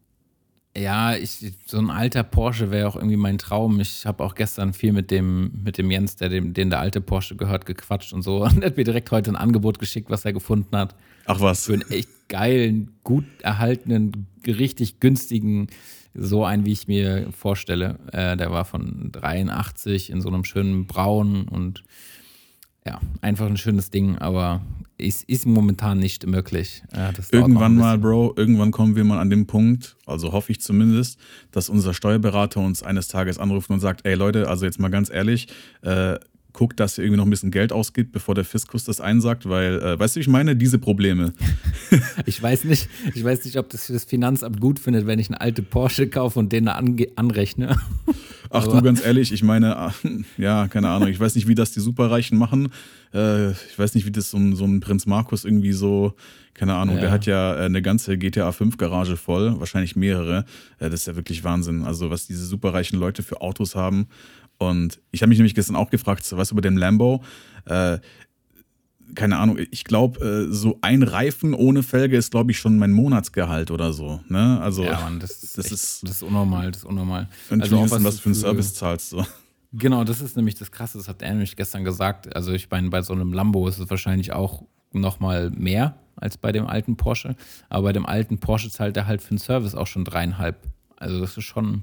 Ja, ich, so ein alter Porsche wäre auch irgendwie mein Traum. Ich habe auch gestern viel mit dem, mit dem Jens, der dem, den der alte Porsche gehört, gequatscht und so. Und er hat mir direkt heute ein Angebot geschickt, was er gefunden hat. Ach was. Für einen echt geilen, gut erhaltenen, richtig günstigen, so einen, wie ich mir vorstelle. Äh, der war von dreiundachtzig in so einem schönen Braun und ja, einfach ein schönes Ding, aber es ist momentan nicht möglich. Ja, das irgendwann mal, Bro, irgendwann kommen wir mal an den Punkt, also hoffe ich zumindest, dass unser Steuerberater uns eines Tages anruft und sagt, ey Leute, also jetzt mal ganz ehrlich, äh, guckt, dass ihr irgendwie noch ein bisschen Geld ausgibt, bevor der Fiskus das einsagt, weil, äh, weißt du, ich meine, diese Probleme. ich weiß nicht, ich weiß nicht, ob das für das Finanzamt gut findet, wenn ich einen alten Porsche kaufe und den da ange- anrechne. Ach Aber du, ganz ehrlich, ich meine, ja, keine Ahnung, ich weiß nicht, wie das die Superreichen machen. Äh, ich weiß nicht, wie das so ein, so ein Prinz Markus irgendwie so, keine Ahnung, Ja. der hat ja eine ganze G T A fünf Garage voll, wahrscheinlich mehrere. Äh, das ist ja wirklich Wahnsinn. Also was diese superreichen Leute für Autos haben. Und ich habe mich nämlich gestern auch gefragt, was über den Lambo, äh, keine Ahnung, ich glaube, so ein Reifen ohne Felge ist, glaube ich, schon mein Monatsgehalt oder so. Ne? Also, ja, Mann, das ist, das echt, ist, das ist unnormal, das ist unnormal. und Also also auch wissen, was, du du für einen Service zahlst. So. Genau, das ist nämlich das Krasse, das hat er nämlich gestern gesagt. Also ich meine, bei so einem Lambo ist es wahrscheinlich auch nochmal mehr als bei dem alten Porsche. Aber bei dem alten Porsche zahlt er halt für den Service auch schon dreieinhalb. Also das ist schon...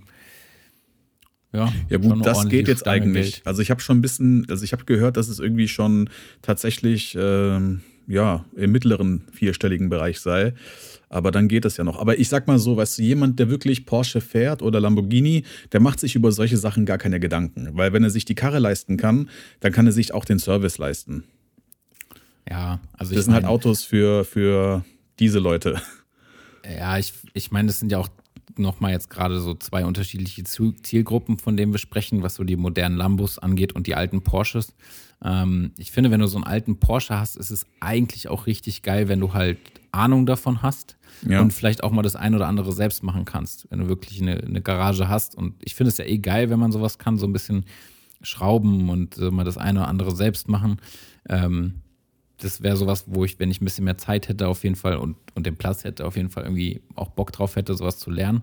Ja, Ja schon gut, eine das ordentliche geht jetzt Stange eigentlich. Geld. Also ich habe schon ein bisschen, also ich habe gehört, dass es irgendwie schon tatsächlich ähm, ja im mittleren vierstelligen Bereich sei. Aber dann geht das ja noch. Aber ich sag mal so, weißt du, jemand, der wirklich Porsche fährt oder Lamborghini, der macht sich über solche Sachen gar keine Gedanken. Weil wenn er sich die Karre leisten kann, dann kann er sich auch den Service leisten. Ja, also Das ich sind halt meine, Autos für, für diese Leute. ja, ich, ich meine, das sind ja auch nochmal jetzt gerade so zwei unterschiedliche Zu- Zielgruppen, von denen wir sprechen, was so die modernen Lambos angeht und die alten Porsches. Ähm, ich finde, wenn du so einen alten Porsche hast, ist es eigentlich auch richtig geil, wenn du halt Ahnung davon hast Ja. und vielleicht auch mal das ein oder andere selbst machen kannst, wenn du wirklich eine, eine Garage hast. Und ich finde es ja eh geil, wenn man sowas kann, so ein bisschen schrauben und äh, mal das eine oder andere selbst machen. Ähm, das wäre sowas, wo ich, wenn ich ein bisschen mehr Zeit hätte auf jeden Fall und, und den Platz hätte, auf jeden Fall irgendwie auch Bock drauf hätte, sowas zu lernen.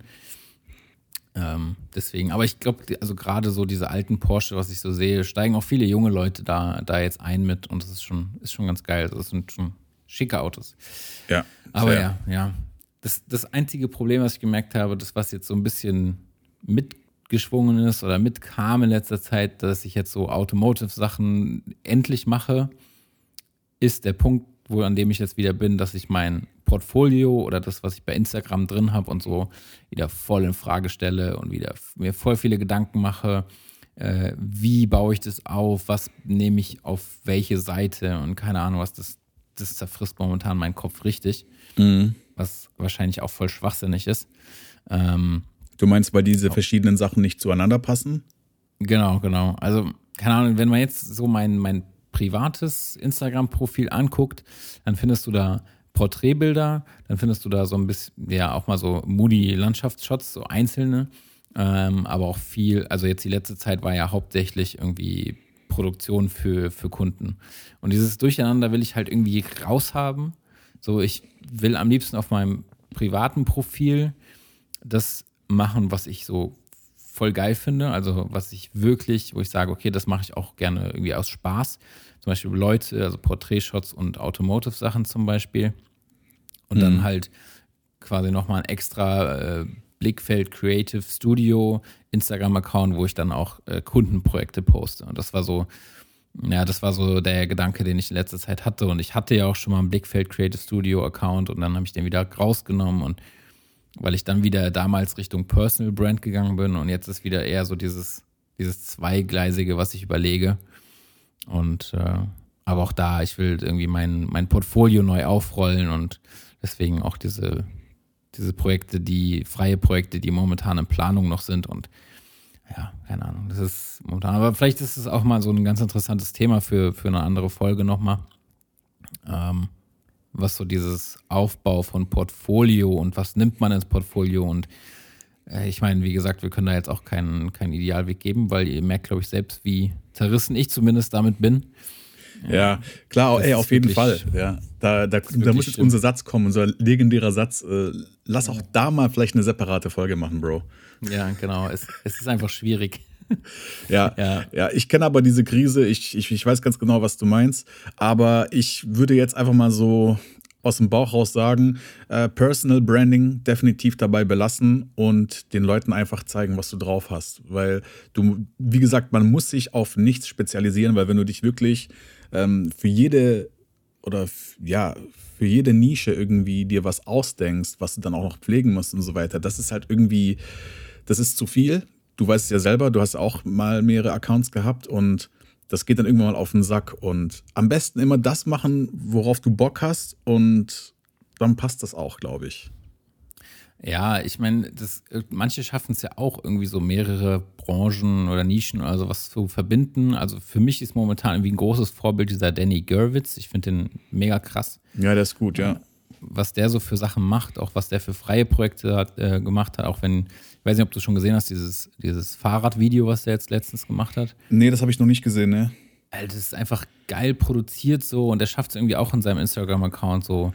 Ähm, deswegen, aber ich glaube, also gerade so diese alten Porsche, was ich so sehe, steigen auch viele junge Leute da, da jetzt ein mit und das ist schon, ist schon ganz geil. Das sind schon schicke Autos. Ja. Aber fair. ja, ja. Das, das einzige Problem, was ich gemerkt habe, das, was jetzt so ein bisschen mitgeschwungen ist oder mitkam in letzter Zeit, dass ich jetzt so Automotive-Sachen endlich mache, ist der Punkt, wo an dem ich jetzt wieder bin, dass ich mein Portfolio oder das, was ich bei Instagram drin habe und so, wieder voll in Frage stelle und wieder mir voll viele Gedanken mache, äh, wie baue ich das auf, was nehme ich auf welche Seite und keine Ahnung, was das, das zerfrisst momentan meinen Kopf richtig, Mhm. was wahrscheinlich auch voll schwachsinnig ist. Ähm, Du meinst, weil diese verschiedenen Sachen nicht zueinander passen? Genau, genau. Also, keine Ahnung, wenn man jetzt so mein, mein privates Instagram-Profil anguckt, dann findest du da Porträtbilder, dann findest du da so ein bisschen, ja, auch mal so moody Landschaftsshots, so einzelne, ähm, aber auch viel, also jetzt die letzte Zeit war ja hauptsächlich irgendwie Produktion für, für Kunden. Und dieses Durcheinander will ich halt irgendwie raushaben. So, ich will am liebsten auf meinem privaten Profil das machen, was ich so voll geil finde, also was ich wirklich, wo ich sage, okay, das mache ich auch gerne irgendwie aus Spaß. Zum Beispiel Leute, also Porträtshots und Automotive-Sachen zum Beispiel. Und Mhm. dann halt quasi nochmal ein extra äh, Blickfeld Creative Studio Instagram-Account, wo ich dann auch äh, Kundenprojekte poste. Und das war so, ja, das war so der Gedanke, den ich in letzter Zeit hatte. Und ich hatte ja auch schon mal einen Blickfeld Creative Studio Account und dann habe ich den wieder rausgenommen und weil ich dann wieder damals Richtung Personal Brand gegangen bin und jetzt ist wieder eher so dieses, dieses Zweigleisige, was ich überlege. Und äh, aber auch da, ich will irgendwie mein, mein Portfolio neu aufrollen und deswegen auch diese, diese Projekte, die freie Projekte, die momentan in Planung noch sind und ja, keine Ahnung, das ist momentan, aber vielleicht ist es auch mal so ein ganz interessantes Thema für, für eine andere Folge nochmal. Ähm, was so dieses Aufbau von Portfolio und was nimmt man ins Portfolio und äh, ich meine, wie gesagt, wir können da jetzt auch keinen keinen Idealweg geben, weil ihr merkt, glaube ich, selbst, wie zerrissen ich zumindest damit bin. Ja, klar, Das ey, ist auf jeden wirklich- Fall. Ja, da da, da wirklich muss jetzt schlimm. unser Satz kommen, unser legendärer Satz. Äh, lass auch da mal vielleicht eine separate Folge machen, Bro. Ja, genau, es, es ist einfach schwierig. Ja, Ja. ja. ich kenne aber diese Krise, ich, ich, ich weiß ganz genau, was du meinst, aber ich würde jetzt einfach mal so aus dem Bauch raus sagen, äh, Personal Branding definitiv dabei belassen und den Leuten einfach zeigen, was du drauf hast, weil du, wie gesagt, man muss sich auf nichts spezialisieren, weil wenn du dich wirklich ähm, für jede oder f- ja, für jede Nische irgendwie dir was ausdenkst, was du dann auch noch pflegen musst und so weiter, das ist halt irgendwie, das ist zu viel. Du weißt es ja selber, du hast auch mal mehrere Accounts gehabt und das geht dann irgendwann mal auf den Sack. Und am besten immer das machen, worauf du Bock hast und dann passt das auch, glaube ich. Ja, ich meine, das, manche schaffen es ja auch irgendwie so mehrere Branchen oder Nischen oder sowas zu verbinden. Also für mich ist momentan irgendwie ein großes Vorbild dieser Danny Gurwitz. Ich finde den mega krass. Ja, der ist gut, ja. Was der so für Sachen macht, auch was der für freie Projekte hat, äh, gemacht hat, auch wenn, ich weiß nicht, ob du schon gesehen hast, dieses, dieses Fahrradvideo, was der jetzt letztens gemacht hat. Nee, das habe ich noch nicht gesehen, ne? Alter, das ist einfach geil produziert so und der schafft es irgendwie auch in seinem Instagram-Account so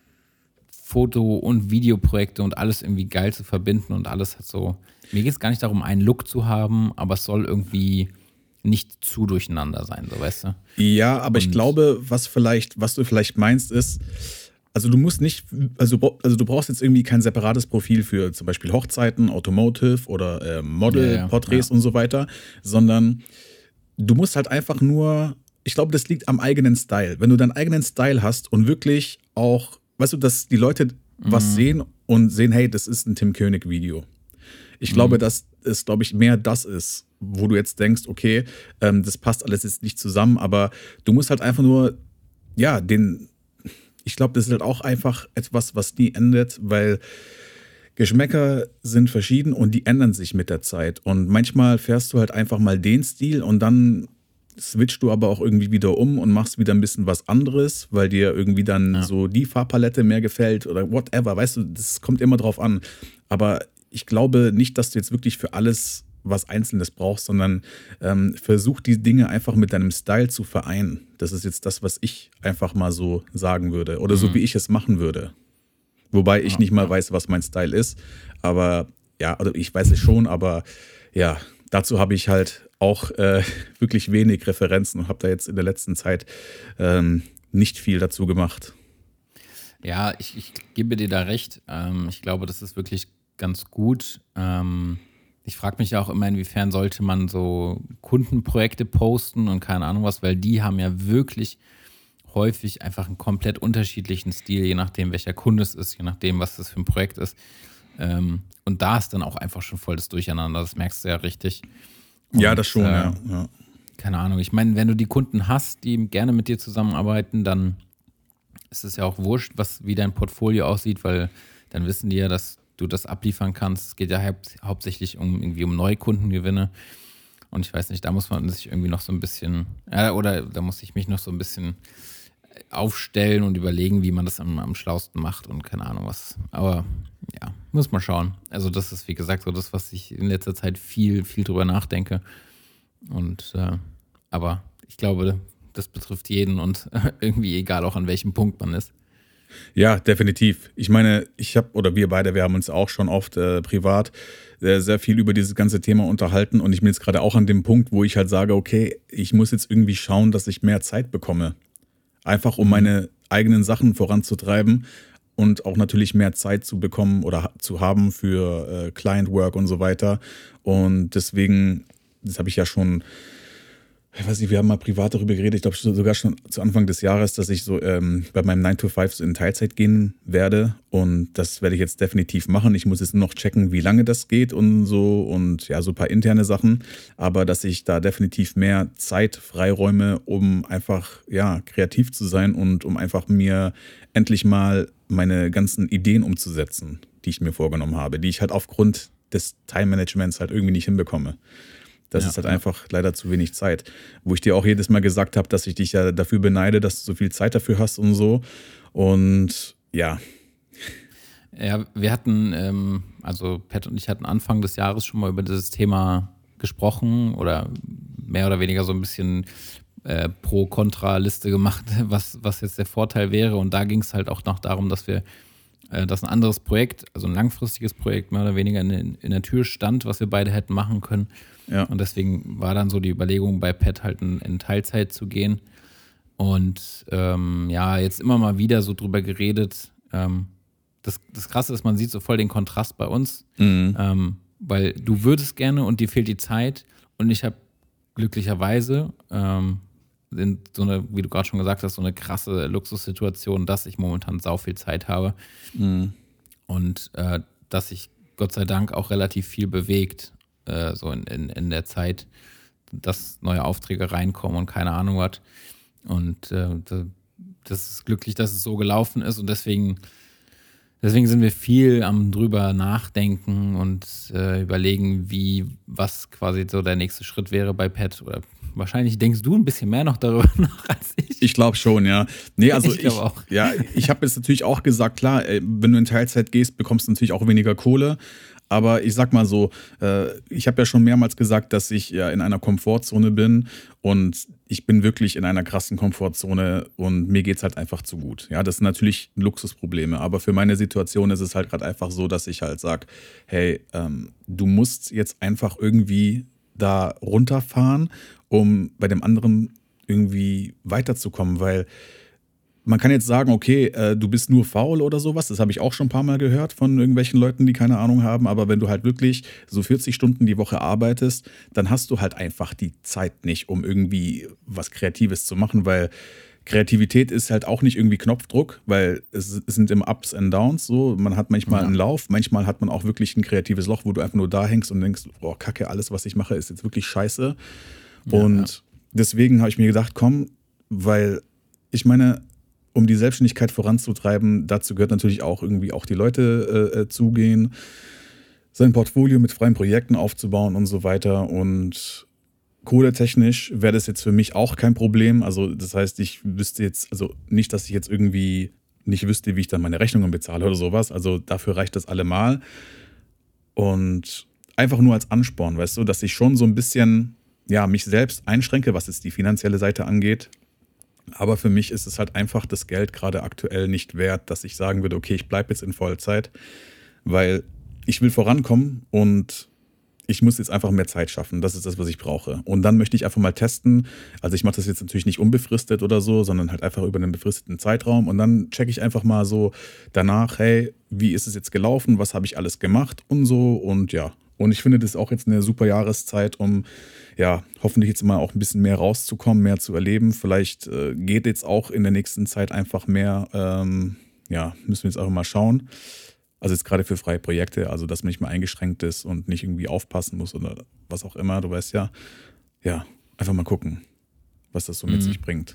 Foto- und Videoprojekte und alles irgendwie geil zu verbinden und alles hat so, mir geht es gar nicht darum, einen Look zu haben, aber es soll irgendwie nicht zu durcheinander sein, so weißt du? Ja, aber und ich glaube, was vielleicht, was du vielleicht meinst, ist, also du musst nicht, also, also du brauchst jetzt irgendwie kein separates Profil für zum Beispiel Hochzeiten, Automotive oder äh, Model-Porträts ja, ja, ja. und so weiter, sondern du musst halt einfach nur, ich glaube, das liegt am eigenen Style. Wenn du deinen eigenen Style hast und wirklich auch, weißt du, dass die Leute was mhm. sehen und sehen, hey, das ist ein Tim König-Video. Ich mhm. glaube, dass es, glaube ich, mehr das ist, wo du jetzt denkst, okay, ähm, das passt alles jetzt nicht zusammen, aber du musst halt einfach nur, ja, den, ich glaube, das ist halt auch einfach etwas, was nie endet, weil Geschmäcker sind verschieden und die ändern sich mit der Zeit. Und manchmal fährst du halt einfach mal den Stil und dann switchst du aber auch irgendwie wieder um und machst wieder ein bisschen was anderes, weil dir irgendwie dann ja. so die Farbpalette mehr gefällt oder whatever. Weißt du, das kommt immer drauf an. Aber ich glaube nicht, dass du jetzt wirklich für alles was Einzelnes brauchst, sondern ähm, versuch die Dinge einfach mit deinem Style zu vereinen. Das ist jetzt das, was ich einfach mal so sagen würde oder mhm. so, wie ich es machen würde. Wobei ich ja, nicht mal ja. weiß, was mein Style ist. Aber ja, also ich weiß es schon, aber ja, dazu habe ich halt auch äh, wirklich wenig Referenzen und habe da jetzt in der letzten Zeit ähm, nicht viel dazu gemacht. Ja, ich, ich gebe dir da recht. Ähm, ich glaube, das ist wirklich ganz gut. Ähm, ich frage mich auch immer, inwiefern sollte man so Kundenprojekte posten und keine Ahnung was, weil die haben ja wirklich häufig einfach einen komplett unterschiedlichen Stil, je nachdem, welcher Kunde es ist, je nachdem, was das für ein Projekt ist. Ähm, und da ist dann auch einfach schon voll das Durcheinander, das merkst du ja richtig. Und, ja, das schon, äh, ja. ja. Keine Ahnung, ich meine, wenn du die Kunden hast, die gerne mit dir zusammenarbeiten, dann ist es ja auch wurscht, was, wie dein Portfolio aussieht, weil dann wissen die ja, dass du das abliefern kannst. Es geht ja haupt, hauptsächlich um irgendwie um Neukundengewinne. Und ich weiß nicht, da muss man sich irgendwie noch so ein bisschen, äh, oder da muss ich mich noch so ein bisschen aufstellen und überlegen, wie man das am, am schlausten macht und keine Ahnung was. Aber ja, muss man schauen. Also das ist, wie gesagt, so das, was ich in letzter Zeit viel, viel drüber nachdenke. Und äh, aber ich glaube, das betrifft jeden und irgendwie egal auch an welchem Punkt man ist. Ja, definitiv. Ich meine, ich habe, oder wir beide, wir haben uns auch schon oft äh, privat sehr, sehr viel über dieses ganze Thema unterhalten und ich bin jetzt gerade auch an dem Punkt, wo ich halt sage, okay, ich muss jetzt irgendwie schauen, dass ich mehr Zeit bekomme. Einfach um meine eigenen Sachen voranzutreiben und auch natürlich mehr Zeit zu bekommen oder zu haben für äh, Client Work und so weiter. Und deswegen, das habe ich ja schon, ich weiß nicht, wir haben mal privat darüber geredet, ich glaube sogar schon zu Anfang des Jahres, dass ich so ähm, bei meinem nine to five so in Teilzeit gehen werde und das werde ich jetzt definitiv machen. Ich muss jetzt nur noch checken, wie lange das geht und so und ja, so ein paar interne Sachen, aber dass ich da definitiv mehr Zeit freiräume, um einfach ja kreativ zu sein und um einfach mir endlich mal meine ganzen Ideen umzusetzen, die ich mir vorgenommen habe, die ich halt aufgrund des Time-Managements halt irgendwie nicht hinbekomme. Das ja, ist halt ja. einfach leider zu wenig Zeit. Wo ich dir auch jedes Mal gesagt habe, dass ich dich ja dafür beneide, dass du so viel Zeit dafür hast und so. Und ja. Ja, wir hatten, ähm, also Pat und ich hatten Anfang des Jahres schon mal über dieses Thema gesprochen oder mehr oder weniger so ein bisschen äh, Pro-Kontra-Liste gemacht, was, was jetzt der Vorteil wäre. Und da ging es halt auch noch darum, dass wir äh, dass ein anderes Projekt, also ein langfristiges Projekt mehr oder weniger in, in der Tür stand, was wir beide hätten machen können. Ja. Und deswegen war dann so die Überlegung, bei Pat halt in, in Teilzeit zu gehen. Und ähm, ja, jetzt immer mal wieder so drüber geredet. Ähm, das, das Krasse ist, man sieht so voll den Kontrast bei uns. Mhm. Ähm, weil du würdest gerne und dir fehlt die Zeit. Und ich habe glücklicherweise ähm, in so eine, wie du gerade schon gesagt hast, so eine krasse Luxussituation, dass ich momentan sau viel Zeit habe. Mhm. Und äh, dass sich Gott sei Dank auch relativ viel bewegt. So in, in, in der Zeit, dass neue Aufträge reinkommen und keine Ahnung was. Und äh, das ist glücklich, dass es so gelaufen ist und deswegen deswegen sind wir viel am drüber nachdenken und äh, überlegen, wie, was quasi so der nächste Schritt wäre bei Pat. Oder wahrscheinlich denkst du ein bisschen mehr noch darüber nach als ich. Ich glaube schon, ja. Nee, also ich ich, auch. Ja, ich habe jetzt natürlich auch gesagt, klar, wenn du in Teilzeit gehst, bekommst du natürlich auch weniger Kohle. Aber ich sag mal so, äh, ich habe ja schon mehrmals gesagt, dass ich ja in einer Komfortzone bin und ich bin wirklich in einer krassen Komfortzone und mir geht's halt einfach zu gut. Ja, das sind natürlich Luxusprobleme, aber für meine Situation ist es halt gerade einfach so, dass ich halt sag, hey, ähm, du musst jetzt einfach irgendwie da runterfahren, um bei dem anderen irgendwie weiterzukommen, weil man kann jetzt sagen, okay, äh, du bist nur faul oder sowas. Das habe ich auch schon ein paar Mal gehört von irgendwelchen Leuten, die keine Ahnung haben. Aber wenn du halt wirklich so vierzig Stunden die Woche arbeitest, dann hast du halt einfach die Zeit nicht, um irgendwie was Kreatives zu machen, weil Kreativität ist halt auch nicht irgendwie Knopfdruck, weil es, es sind immer Ups and Downs so. Man hat manchmal Ja. einen Lauf, manchmal hat man auch wirklich ein kreatives Loch, wo du einfach nur da hängst und denkst, oh Kacke, alles, was ich mache, ist jetzt wirklich scheiße. Ja, und ja. deswegen habe ich mir gedacht, komm, weil ich meine, um die Selbstständigkeit voranzutreiben, dazu gehört natürlich auch irgendwie auch die Leute äh, zugehen, sein Portfolio mit freien Projekten aufzubauen und so weiter. Und kohletechnisch wäre das jetzt für mich auch kein Problem. Also das heißt, ich wüsste jetzt, also nicht, dass ich jetzt irgendwie nicht wüsste, wie ich dann meine Rechnungen bezahle oder sowas. Also dafür reicht das allemal. Und einfach nur als Ansporn, weißt du, dass ich schon so ein bisschen, ja, mich selbst einschränke, was jetzt die finanzielle Seite angeht. Aber für mich ist es halt einfach das Geld gerade aktuell nicht wert, dass ich sagen würde, okay, ich bleibe jetzt in Vollzeit, weil ich will vorankommen und ich muss jetzt einfach mehr Zeit schaffen. Das ist das, was ich brauche. Und dann möchte ich einfach mal testen. Also ich mache das jetzt natürlich nicht unbefristet oder so, sondern halt einfach über einen befristeten Zeitraum. Und dann checke ich einfach mal so danach, hey, wie ist es jetzt gelaufen? Was habe ich alles gemacht? Und so. Und ja, und ich finde, das ist auch jetzt eine super Jahreszeit, um ja, hoffentlich jetzt mal auch ein bisschen mehr rauszukommen, mehr zu erleben. Vielleicht äh, geht jetzt auch in der nächsten Zeit einfach mehr, ähm, ja, müssen wir jetzt einfach mal schauen. Also jetzt gerade für freie Projekte, also dass man nicht mehr eingeschränkt ist und nicht irgendwie aufpassen muss oder was auch immer, du weißt ja. Ja, einfach mal gucken, was das so mit Mhm. sich bringt.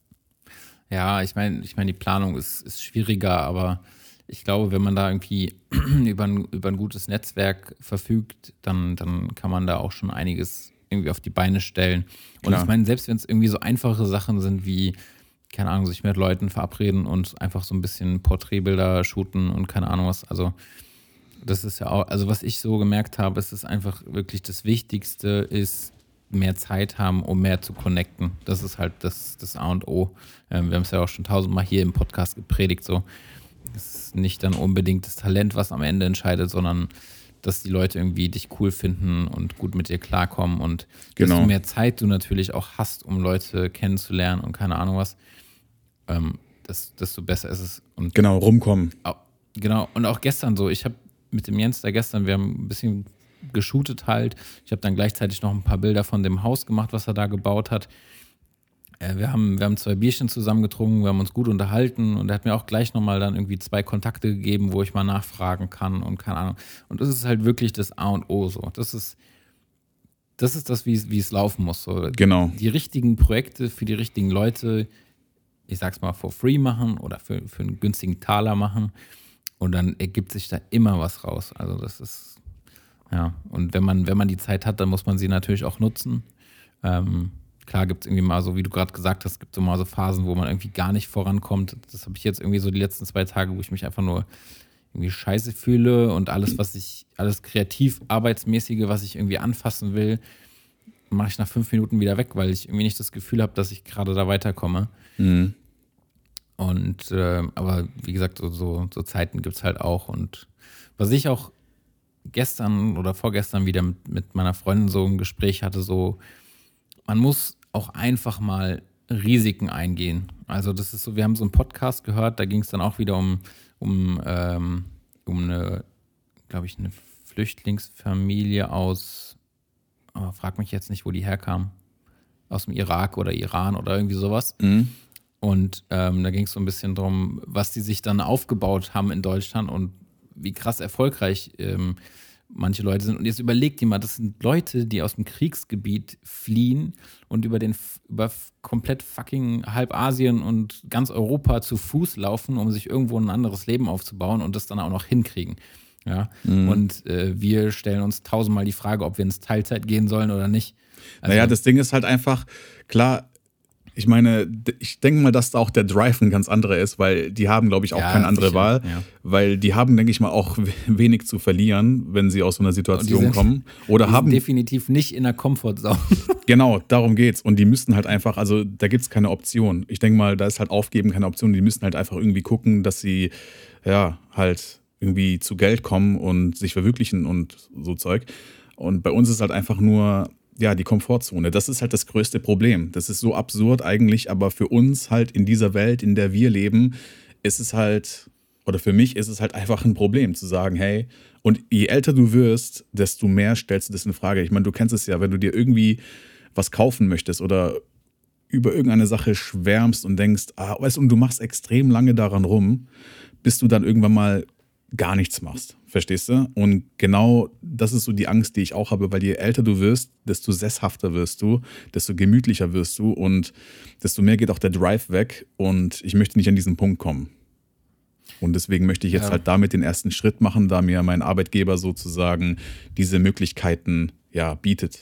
Ja, ich meine, ich meine, die Planung ist, ist schwieriger, aber ich glaube, wenn man da irgendwie über ein, über ein gutes Netzwerk verfügt, dann, dann kann man da auch schon einiges irgendwie auf die Beine stellen. Und Klar. ich meine, selbst wenn es irgendwie so einfache Sachen sind wie, keine Ahnung, sich mit Leuten verabreden und einfach so ein bisschen Porträtbilder shooten und keine Ahnung was, also das ist ja auch, also was ich so gemerkt habe, ist es einfach wirklich das Wichtigste ist, mehr Zeit haben, um mehr zu connecten. Das ist halt das, das A und O. Ähm, wir haben es ja auch schon tausendmal hier im Podcast gepredigt, so. Es ist nicht dann unbedingt das Talent, was am Ende entscheidet, sondern dass die Leute irgendwie dich cool finden und gut mit dir klarkommen und Genau. desto mehr Zeit du natürlich auch hast, um Leute kennenzulernen und keine Ahnung was, ähm, das, desto besser ist es. Und Genau, rumkommen. Au- Genau, und auch gestern so, ich habe mit dem Jens da gestern, wir haben ein bisschen geshootet halt, ich habe dann gleichzeitig noch ein paar Bilder von dem Haus gemacht, was er da gebaut hat. Äh, wir haben, wir haben zwei Bierchen zusammen getrunken, wir haben uns gut unterhalten und er hat mir auch gleich nochmal dann irgendwie zwei Kontakte gegeben, wo ich mal nachfragen kann und keine Ahnung. Und das ist halt wirklich das A und O so. Das ist das, ist das wie, es- wie es laufen muss. So. Genau. Die richtigen Projekte für die richtigen Leute, ich sag's mal, for free machen oder für, für einen günstigen Taler machen. Und dann ergibt sich da immer was raus. Also das ist, ja, und wenn man, wenn man die Zeit hat, dann muss man sie natürlich auch nutzen. Ähm, klar gibt es irgendwie mal so, wie du gerade gesagt hast, gibt es so mal so Phasen, wo man irgendwie gar nicht vorankommt. Das habe ich jetzt irgendwie so die letzten zwei Tage, wo ich mich einfach nur irgendwie scheiße fühle und alles, was ich, alles kreativ, arbeitsmäßige, was ich irgendwie anfassen will, mache ich nach fünf Minuten wieder weg, weil ich irgendwie nicht das Gefühl habe, dass ich gerade da weiterkomme. Mhm. Und äh, aber wie gesagt, so, so, so Zeiten gibt es halt auch. Und was ich auch gestern oder vorgestern wieder mit, mit meiner Freundin so ein Gespräch hatte, so, man muss auch einfach mal Risiken eingehen. Also das ist so, wir haben so einen Podcast gehört, da ging es dann auch wieder um, um, ähm, um eine, glaube ich, eine Flüchtlingsfamilie aus, oh, frag mich jetzt nicht, wo die herkam, aus dem Irak oder Iran oder irgendwie sowas. Mhm. Und ähm, da ging es so ein bisschen drum, was die sich dann aufgebaut haben in Deutschland und wie krass erfolgreich ähm, manche Leute sind. Und jetzt überlegt ihr mal, das sind Leute, die aus dem Kriegsgebiet fliehen und über den über komplett fucking halb Asien und ganz Europa zu Fuß laufen, um sich irgendwo ein anderes Leben aufzubauen und das dann auch noch hinkriegen. Ja, mhm. Und äh, wir stellen uns tausendmal die Frage, ob wir ins Teilzeit gehen sollen oder nicht. Also, naja, das Ding ist halt einfach, klar, ich meine, ich denke mal, dass da auch der Drive ein ganz anderer ist, weil die haben, glaube ich, auch ja, keine andere sicher. Wahl, ja. weil die haben, denke ich mal, auch wenig zu verlieren, wenn sie aus so einer Situation sind, kommen. Oder die haben sind definitiv nicht in der Comfortzone. Genau, darum geht's. Und die müssten halt einfach, also da gibt es keine Option. Ich denke mal, da ist halt Aufgeben keine Option. Die müssen halt einfach irgendwie gucken, dass sie, ja, halt irgendwie zu Geld kommen und sich verwirklichen und so Zeug. Und bei uns ist halt einfach nur, ja, die Komfortzone. Das ist halt das größte Problem. Das ist so absurd eigentlich, aber für uns halt in dieser Welt, in der wir leben, ist es halt, oder für mich ist es halt einfach ein Problem zu sagen, hey, und je älter du wirst, desto mehr stellst du das in Frage. Ich meine, du kennst es ja, wenn du dir irgendwie was kaufen möchtest oder über irgendeine Sache schwärmst und denkst, ah, weißt du, und du machst extrem lange daran rum, bis du dann irgendwann mal gar nichts machst, verstehst du? Und genau das ist so die Angst, die ich auch habe, weil je älter du wirst, desto sesshafter wirst du, desto gemütlicher wirst du und desto mehr geht auch der Drive weg und ich möchte nicht an diesen Punkt kommen. Und deswegen möchte ich jetzt ja. halt damit den ersten Schritt machen, da mir mein Arbeitgeber sozusagen diese Möglichkeiten ja bietet.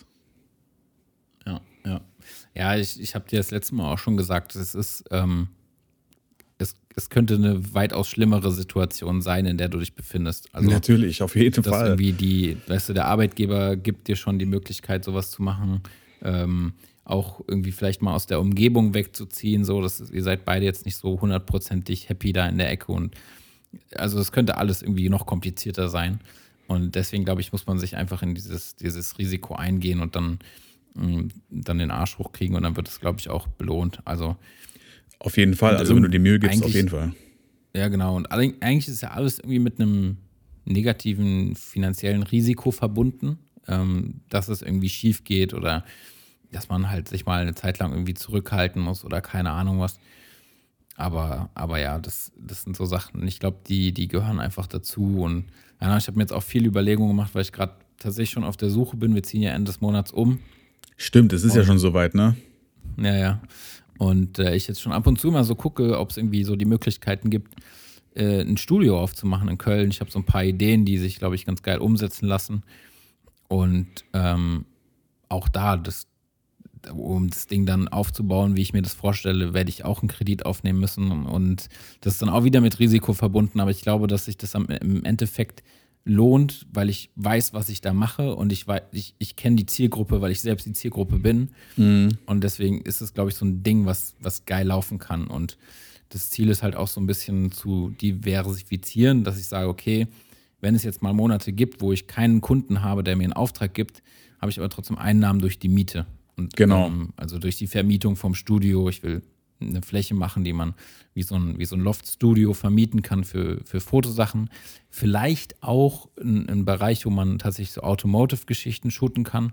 Ja, ja. Ja, ich, ich habe dir das letzte Mal auch schon gesagt, es ist ähm Es, es könnte eine weitaus schlimmere Situation sein, in der du dich befindest. Also, natürlich, auf jeden dass Fall. Irgendwie die, weißt du, der Arbeitgeber gibt dir schon die Möglichkeit, sowas zu machen. Ähm, auch irgendwie vielleicht mal aus der Umgebung wegzuziehen, so, dass ihr seid beide jetzt nicht so hundertprozentig happy da in der Ecke. Und also es könnte alles irgendwie noch komplizierter sein. Und deswegen, glaube ich, muss man sich einfach in dieses, dieses Risiko eingehen und dann, mh, dann den Arsch hochkriegen und dann wird es, glaube ich, auch belohnt. Also auf jeden Fall, also wenn du dir Mühe gibst, auf jeden Fall. Ja, genau. Und eigentlich ist ja alles irgendwie mit einem negativen finanziellen Risiko verbunden, ähm, dass es irgendwie schief geht oder dass man halt sich mal eine Zeit lang irgendwie zurückhalten muss oder keine Ahnung was. Aber, aber ja, das, das sind so Sachen, ich glaube, die, die gehören einfach dazu. Und ja, ich habe mir jetzt auch viele Überlegungen gemacht, weil ich gerade tatsächlich schon auf der Suche bin. Wir ziehen ja Ende des Monats um. Stimmt, es ist Und, ja schon soweit, ne? Ja, ja. Und äh, ich jetzt schon ab und zu mal so gucke, ob es irgendwie so die Möglichkeiten gibt, äh, ein Studio aufzumachen in Köln. Ich habe so ein paar Ideen, die sich, glaube ich, ganz geil umsetzen lassen. Und ähm, auch da, das, um das Ding dann aufzubauen, wie ich mir das vorstelle, werde ich auch einen Kredit aufnehmen müssen. Und das ist dann auch wieder mit Risiko verbunden. Aber ich glaube, dass sich das am, im Endeffekt lohnt, weil ich weiß, was ich da mache und ich weiß, ich, ich kenne die Zielgruppe, weil ich selbst die Zielgruppe bin. Mhm. Und deswegen ist es, glaube ich, so ein Ding, was, was geil laufen kann. Und das Ziel ist halt auch so ein bisschen zu diversifizieren, dass ich sage, okay, wenn es jetzt mal Monate gibt, wo ich keinen Kunden habe, der mir einen Auftrag gibt, habe ich aber trotzdem Einnahmen durch die Miete. Und, genau. Ähm, also durch die Vermietung vom Studio. Ich will eine Fläche machen, die man wie so ein, wie so ein Loft-Studio vermieten kann für, für Fotosachen. Vielleicht auch ein, ein Bereich, wo man tatsächlich so Automotive-Geschichten shooten kann.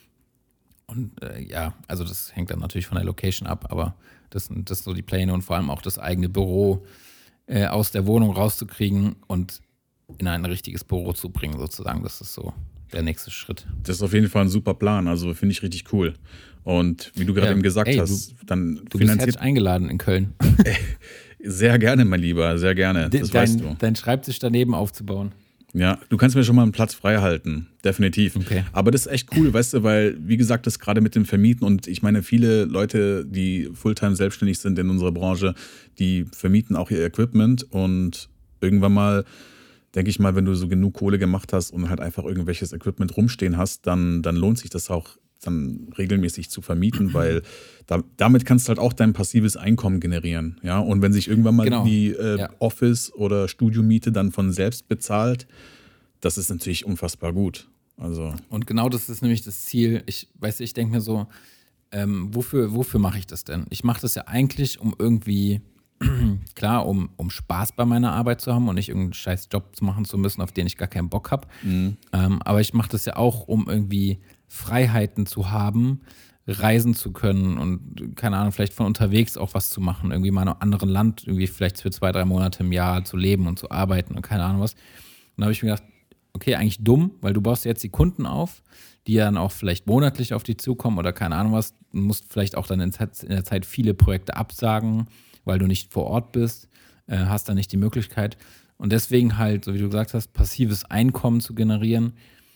Und äh, ja, also das hängt dann natürlich von der Location ab, aber das sind, das sind so die Pläne und vor allem auch das eigene Büro äh, aus der Wohnung rauszukriegen und in ein richtiges Büro zu bringen, sozusagen. Das ist so der nächste Schritt. Das ist auf jeden Fall ein super Plan, also finde ich richtig cool. Und wie du gerade ja, eben gesagt ey, hast, du, dann du finanziert... Du bist eingeladen in Köln. Sehr gerne, mein Lieber, sehr gerne, das dein, weißt du. Dein Schreibtisch daneben aufzubauen. Ja, du kannst mir schon mal einen Platz frei halten, definitiv. Okay. Aber das ist echt cool, weißt du, weil, wie gesagt, das gerade mit dem Vermieten und ich meine, viele Leute, die Fulltime selbstständig sind in unserer Branche, die vermieten auch ihr Equipment und irgendwann mal, denke ich mal, wenn du so genug Kohle gemacht hast und halt einfach irgendwelches Equipment rumstehen hast, dann, dann lohnt sich das auch dann regelmäßig zu vermieten, weil da, damit kannst du halt auch dein passives Einkommen generieren. Ja? Und wenn sich irgendwann mal genau. die äh, ja. Office- oder Studiomiete dann von selbst bezahlt, das ist natürlich unfassbar gut. Also. Und genau das ist nämlich das Ziel. Ich weiß, ich denke mir so, ähm, wofür, wofür mache ich das denn? Ich mache das ja eigentlich, um irgendwie, klar, um, um Spaß bei meiner Arbeit zu haben und nicht irgendeinen scheiß Job zu machen zu müssen, auf den ich gar keinen Bock habe. Mhm. Ähm, aber ich mache das ja auch, um irgendwie Freiheiten zu haben, reisen zu können und, keine Ahnung, vielleicht von unterwegs auch was zu machen, irgendwie mal in einem anderen Land, irgendwie vielleicht für zwei, drei Monate im Jahr zu leben und zu arbeiten und keine Ahnung was. Und da habe ich mir gedacht, okay, eigentlich dumm, weil du baust jetzt die Kunden auf, die dann auch vielleicht monatlich auf dich zukommen oder keine Ahnung was. Du musst vielleicht auch dann in der Zeit viele Projekte absagen, weil du nicht vor Ort bist, äh, hast dann nicht die Möglichkeit. Und deswegen halt, so wie du gesagt hast, passives Einkommen zu generieren,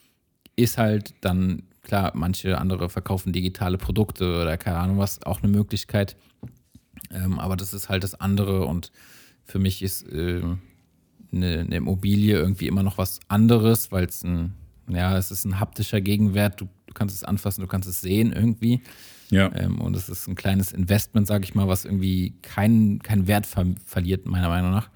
ist halt dann, klar, manche andere verkaufen digitale Produkte oder keine Ahnung was, auch eine Möglichkeit. Ähm, aber das ist halt das andere und für mich ist äh, eine, eine Immobilie irgendwie immer noch was anderes, weil es ein, ja, es ist ein haptischer Gegenwert, du, du kannst es anfassen, du kannst es sehen irgendwie. Ja. Ähm, und es ist ein kleines Investment, sage ich mal, was irgendwie keinen kein Wert ver- verliert, meiner Meinung nach.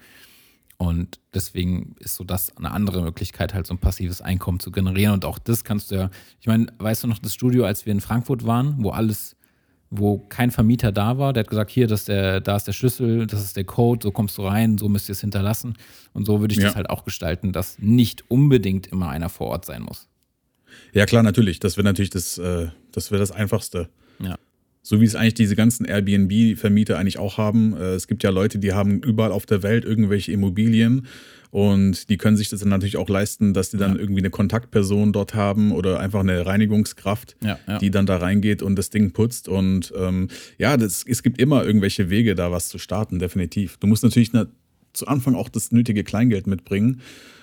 Und deswegen ist so das eine andere Möglichkeit, halt so ein passives Einkommen zu generieren. Und auch das kannst du ja, ich meine, weißt du noch das Studio, als wir in Frankfurt waren, wo alles, wo kein Vermieter da war, der hat gesagt, hier, das ist der, da ist der Schlüssel, das ist der Code, so kommst du rein, so müsst ihr es hinterlassen. Und so würde ich Ja. das halt auch gestalten, dass nicht unbedingt immer einer vor Ort sein muss. Ja, klar, natürlich. Das wäre natürlich das, äh, das wäre das Einfachste. Ja. So wie es eigentlich diese ganzen Airbnb-Vermieter eigentlich auch haben. Äh, Es gibt ja Leute, die haben überall auf der Welt irgendwelche Immobilien und die können sich das dann natürlich auch leisten, dass die dann Ja. irgendwie eine Kontaktperson dort haben oder einfach eine Reinigungskraft, Ja, ja. die dann da reingeht und das Ding putzt. Und ähm, ja, das, es gibt immer irgendwelche Wege, da was zu starten, definitiv. Du musst natürlich na, zu Anfang auch das nötige Kleingeld mitbringen,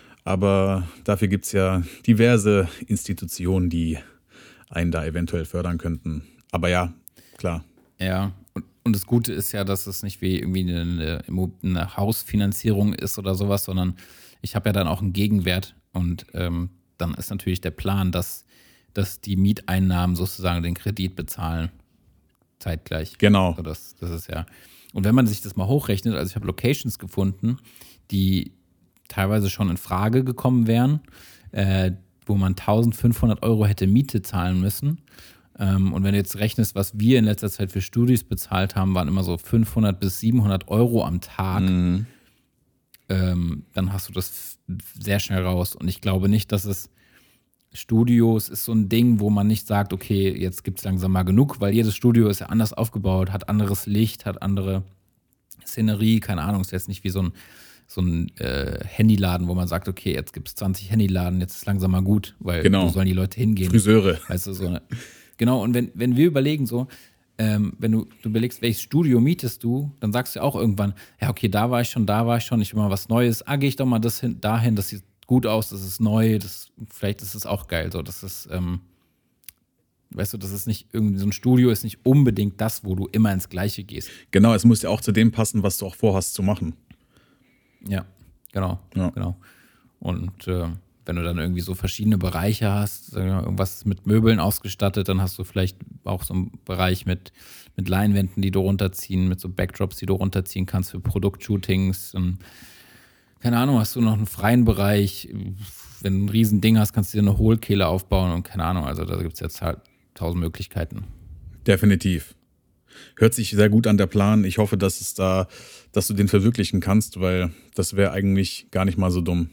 aber dafür gibt es ja diverse Institutionen, die einen da eventuell fördern könnten. Aber ja, klar. Ja, und, und das Gute ist ja, dass es nicht wie irgendwie eine, eine, eine Hausfinanzierung ist oder sowas, sondern ich habe ja dann auch einen Gegenwert und ähm, dann ist natürlich der Plan, dass, dass die Mieteinnahmen sozusagen den Kredit bezahlen, zeitgleich. Genau. Also das, das ist ja. Und wenn man sich das mal hochrechnet, also ich habe Locations gefunden, die teilweise schon in Frage gekommen wären, äh, wo man eintausendfünfhundert Euro hätte Miete zahlen müssen. Ähm, und wenn du jetzt rechnest, was wir in letzter Zeit für Studis bezahlt haben, waren immer so fünfhundert bis siebenhundert Euro am Tag. Mhm. Ähm, dann hast du das f- sehr schnell raus. Und ich glaube nicht, dass es Studios ist so ein Ding, wo man nicht sagt, okay, jetzt gibt es langsam mal genug, weil jedes Studio ist ja anders aufgebaut, hat anderes Licht, hat andere Szenerie, keine Ahnung, ist jetzt nicht wie so ein, so ein äh, Handyladen, wo man sagt, okay, jetzt gibt es zwanzig Handyladen, jetzt ist langsam mal gut, weil Genau. wo sollen die Leute hingehen? Friseure. Weißt du, so eine, genau, und wenn, wenn wir überlegen so, ähm, wenn du, du überlegst, welches Studio mietest du, dann sagst du auch irgendwann, ja, okay, da war ich schon, da war ich schon, ich will mal was Neues, ah, gehe ich doch mal das hin, dahin, das sieht gut aus, das ist neu, das, vielleicht ist es auch geil, so, das ist, ähm, weißt du, das ist nicht irgendwie, so ein Studio ist nicht unbedingt das, wo du immer ins Gleiche gehst. Genau, es muss ja auch zu dem passen, was du auch vorhast zu machen. Ja, genau, Ja. genau. Und äh, wenn du dann irgendwie so verschiedene Bereiche hast, sagen wir mal, irgendwas mit Möbeln ausgestattet, dann hast du vielleicht auch so einen Bereich mit, mit Leinwänden, die du runterziehen, mit so Backdrops, die du runterziehen kannst für Produktshootings. Und, keine Ahnung, hast du noch einen freien Bereich. Wenn du ein Riesending hast, kannst du dir eine Hohlkehle aufbauen und keine Ahnung, also da gibt es jetzt halt tausend Möglichkeiten. Definitiv. Hört sich sehr gut an, der Plan. Ich hoffe, dass es da, dass du den verwirklichen kannst, weil das wäre eigentlich gar nicht mal so dumm.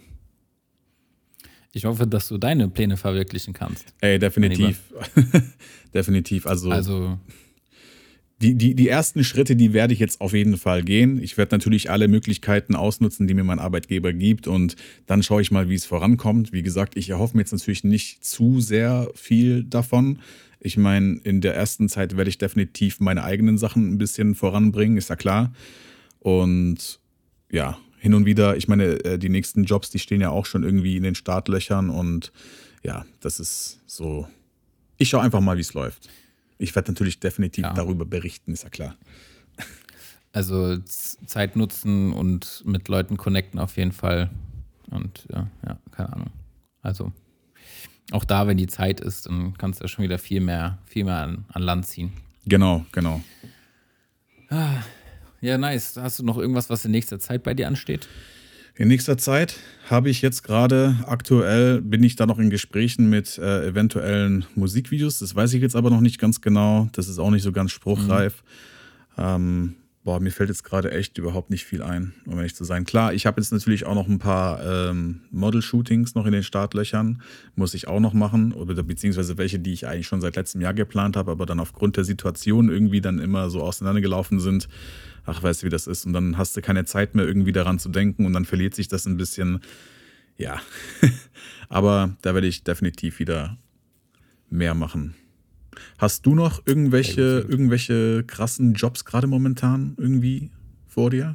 Ich hoffe, dass du deine Pläne verwirklichen kannst. Ey, definitiv. Definitiv. Also, Also, die, die, die ersten Schritte, die werde ich jetzt auf jeden Fall gehen. Ich werde natürlich alle Möglichkeiten ausnutzen, die mir mein Arbeitgeber gibt, und dann schaue ich mal, wie es vorankommt. Wie gesagt, ich erhoffe mir jetzt natürlich nicht zu sehr viel davon. Ich meine, in der ersten Zeit werde ich definitiv meine eigenen Sachen ein bisschen voranbringen, ist ja klar. Und ja, hin und wieder, ich meine, äh, die nächsten Jobs, die stehen ja auch schon irgendwie in den Startlöchern, und ja, das ist so. Ich schaue einfach mal, wie es läuft. Ich werde natürlich definitiv Ja. darüber berichten, ist ja klar. Also Z- Zeit nutzen und mit Leuten connecten auf jeden Fall. Und ja, ja, keine Ahnung. Also auch da, wenn die Zeit ist, dann kannst du ja schon wieder viel mehr, viel mehr an, an Land ziehen. Genau, genau. Ja, nice. Hast du noch irgendwas, was in nächster Zeit bei dir ansteht? In nächster Zeit habe ich jetzt gerade, aktuell bin ich da noch in Gesprächen mit äh, eventuellen Musikvideos. Das weiß ich jetzt aber noch nicht ganz genau. Das ist auch nicht so ganz spruchreif. Mhm. Ähm, boah, mir fällt jetzt gerade echt überhaupt nicht viel ein, um ehrlich zu sein. Klar, ich habe jetzt natürlich auch noch ein paar ähm, Model-Shootings noch in den Startlöchern. Muss ich auch noch machen. Oder beziehungsweise welche, die ich eigentlich schon seit letztem Jahr geplant habe, aber dann aufgrund der Situation irgendwie dann immer so auseinandergelaufen sind. Ach, weißt du, wie das ist. Und dann hast du keine Zeit mehr, irgendwie daran zu denken, und dann verliert sich das ein bisschen. Ja, aber da werde ich definitiv wieder mehr machen. Hast du noch irgendwelche, Sehr gut, sehr gut. irgendwelche krassen Jobs gerade momentan irgendwie vor dir?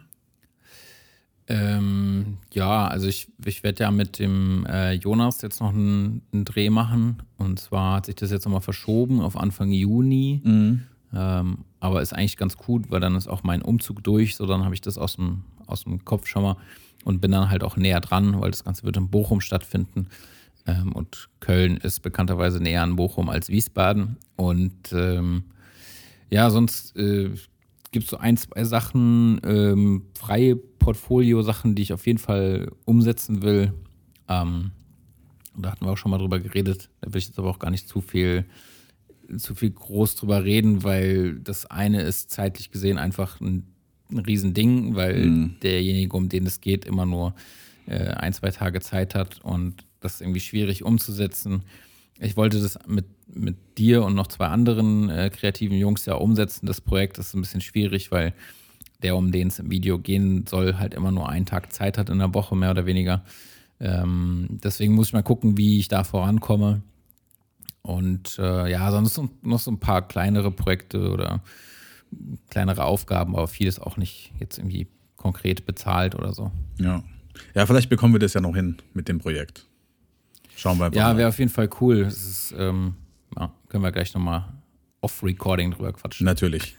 Ähm, ja, also ich, ich werde ja mit dem äh, Jonas jetzt noch einen, einen Dreh machen. Und zwar hat sich das jetzt nochmal verschoben auf Anfang Juni. Mhm. Ähm, aber ist eigentlich ganz gut, weil dann ist auch mein Umzug durch. So, dann habe ich das aus dem, aus dem Kopf schon mal und bin dann halt auch näher dran, weil das Ganze wird in Bochum stattfinden. Ähm, und Köln ist bekannterweise näher an Bochum als Wiesbaden. Und ähm, ja, sonst äh, gibt es so ein, zwei Sachen, ähm, freie Portfolio-Sachen, die ich auf jeden Fall umsetzen will. Ähm, da hatten wir auch schon mal drüber geredet. Da will ich jetzt aber auch gar nicht zu viel, zu viel groß drüber reden, weil das eine ist zeitlich gesehen einfach ein, ein Riesending, weil Mhm. derjenige, um den es geht, immer nur äh, ein, zwei Tage Zeit hat und das ist irgendwie schwierig umzusetzen. Ich wollte das mit, mit dir und noch zwei anderen äh, kreativen Jungs ja umsetzen. Das Projekt ist ein bisschen schwierig, weil der, um den es im Video gehen soll, halt immer nur einen Tag Zeit hat in der Woche, mehr oder weniger. Ähm, deswegen muss ich mal gucken, wie ich da vorankomme. Und äh, ja, sonst noch so ein paar kleinere Projekte oder kleinere Aufgaben, aber vieles auch nicht jetzt irgendwie konkret bezahlt oder so. Ja. Ja, vielleicht bekommen wir das ja noch hin mit dem Projekt. Schauen wir einfach Ja, mal. wäre auf jeden Fall cool. Es ist, ähm, ja, können wir gleich nochmal off-Recording drüber quatschen. Natürlich.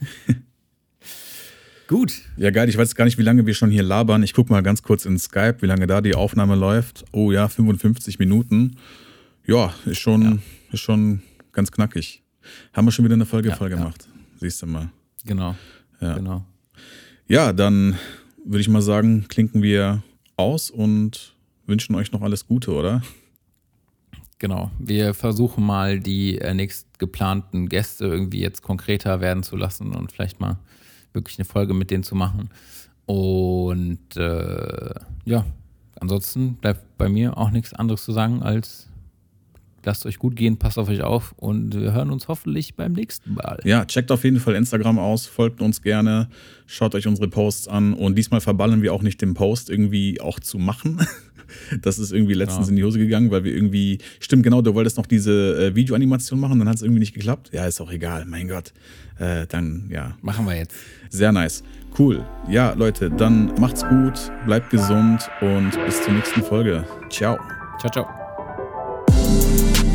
Gut. Ja, geil. Ich weiß gar nicht, wie lange wir schon hier labern. Ich gucke mal ganz kurz in Skype, wie lange da die Aufnahme läuft. Oh ja, fünfundfünfzig Minuten. Ja, ist schon, Ja. ist schon ganz knackig. Haben wir schon wieder eine Folge Ja, voll ja. gemacht. Siehst du mal. Genau. Ja. Genau. Ja, dann würde ich mal sagen, klinken wir aus und wünschen euch noch alles Gute, oder? Genau. Wir versuchen mal, die äh, nächst geplanten Gäste irgendwie jetzt konkreter werden zu lassen und vielleicht mal wirklich eine Folge mit denen zu machen. Und äh, ja, ansonsten bleibt bei mir auch nichts anderes zu sagen als lasst euch gut gehen, passt auf euch auf und wir hören uns hoffentlich beim nächsten Mal. Ja, checkt auf jeden Fall Instagram aus, folgt uns gerne, schaut euch unsere Posts an und diesmal verballern wir auch nicht den Post irgendwie auch zu machen. Das ist irgendwie letztens Ja. in die Hose gegangen, weil wir irgendwie, stimmt genau, du wolltest noch diese äh, Videoanimation machen, dann hat es irgendwie nicht geklappt. Ja, ist auch egal, mein Gott. Äh, dann, ja, Machen wir jetzt. sehr nice. Cool. Ja, Leute, dann macht's gut, bleibt gesund und bis zur nächsten Folge. Ciao. Ciao, ciao.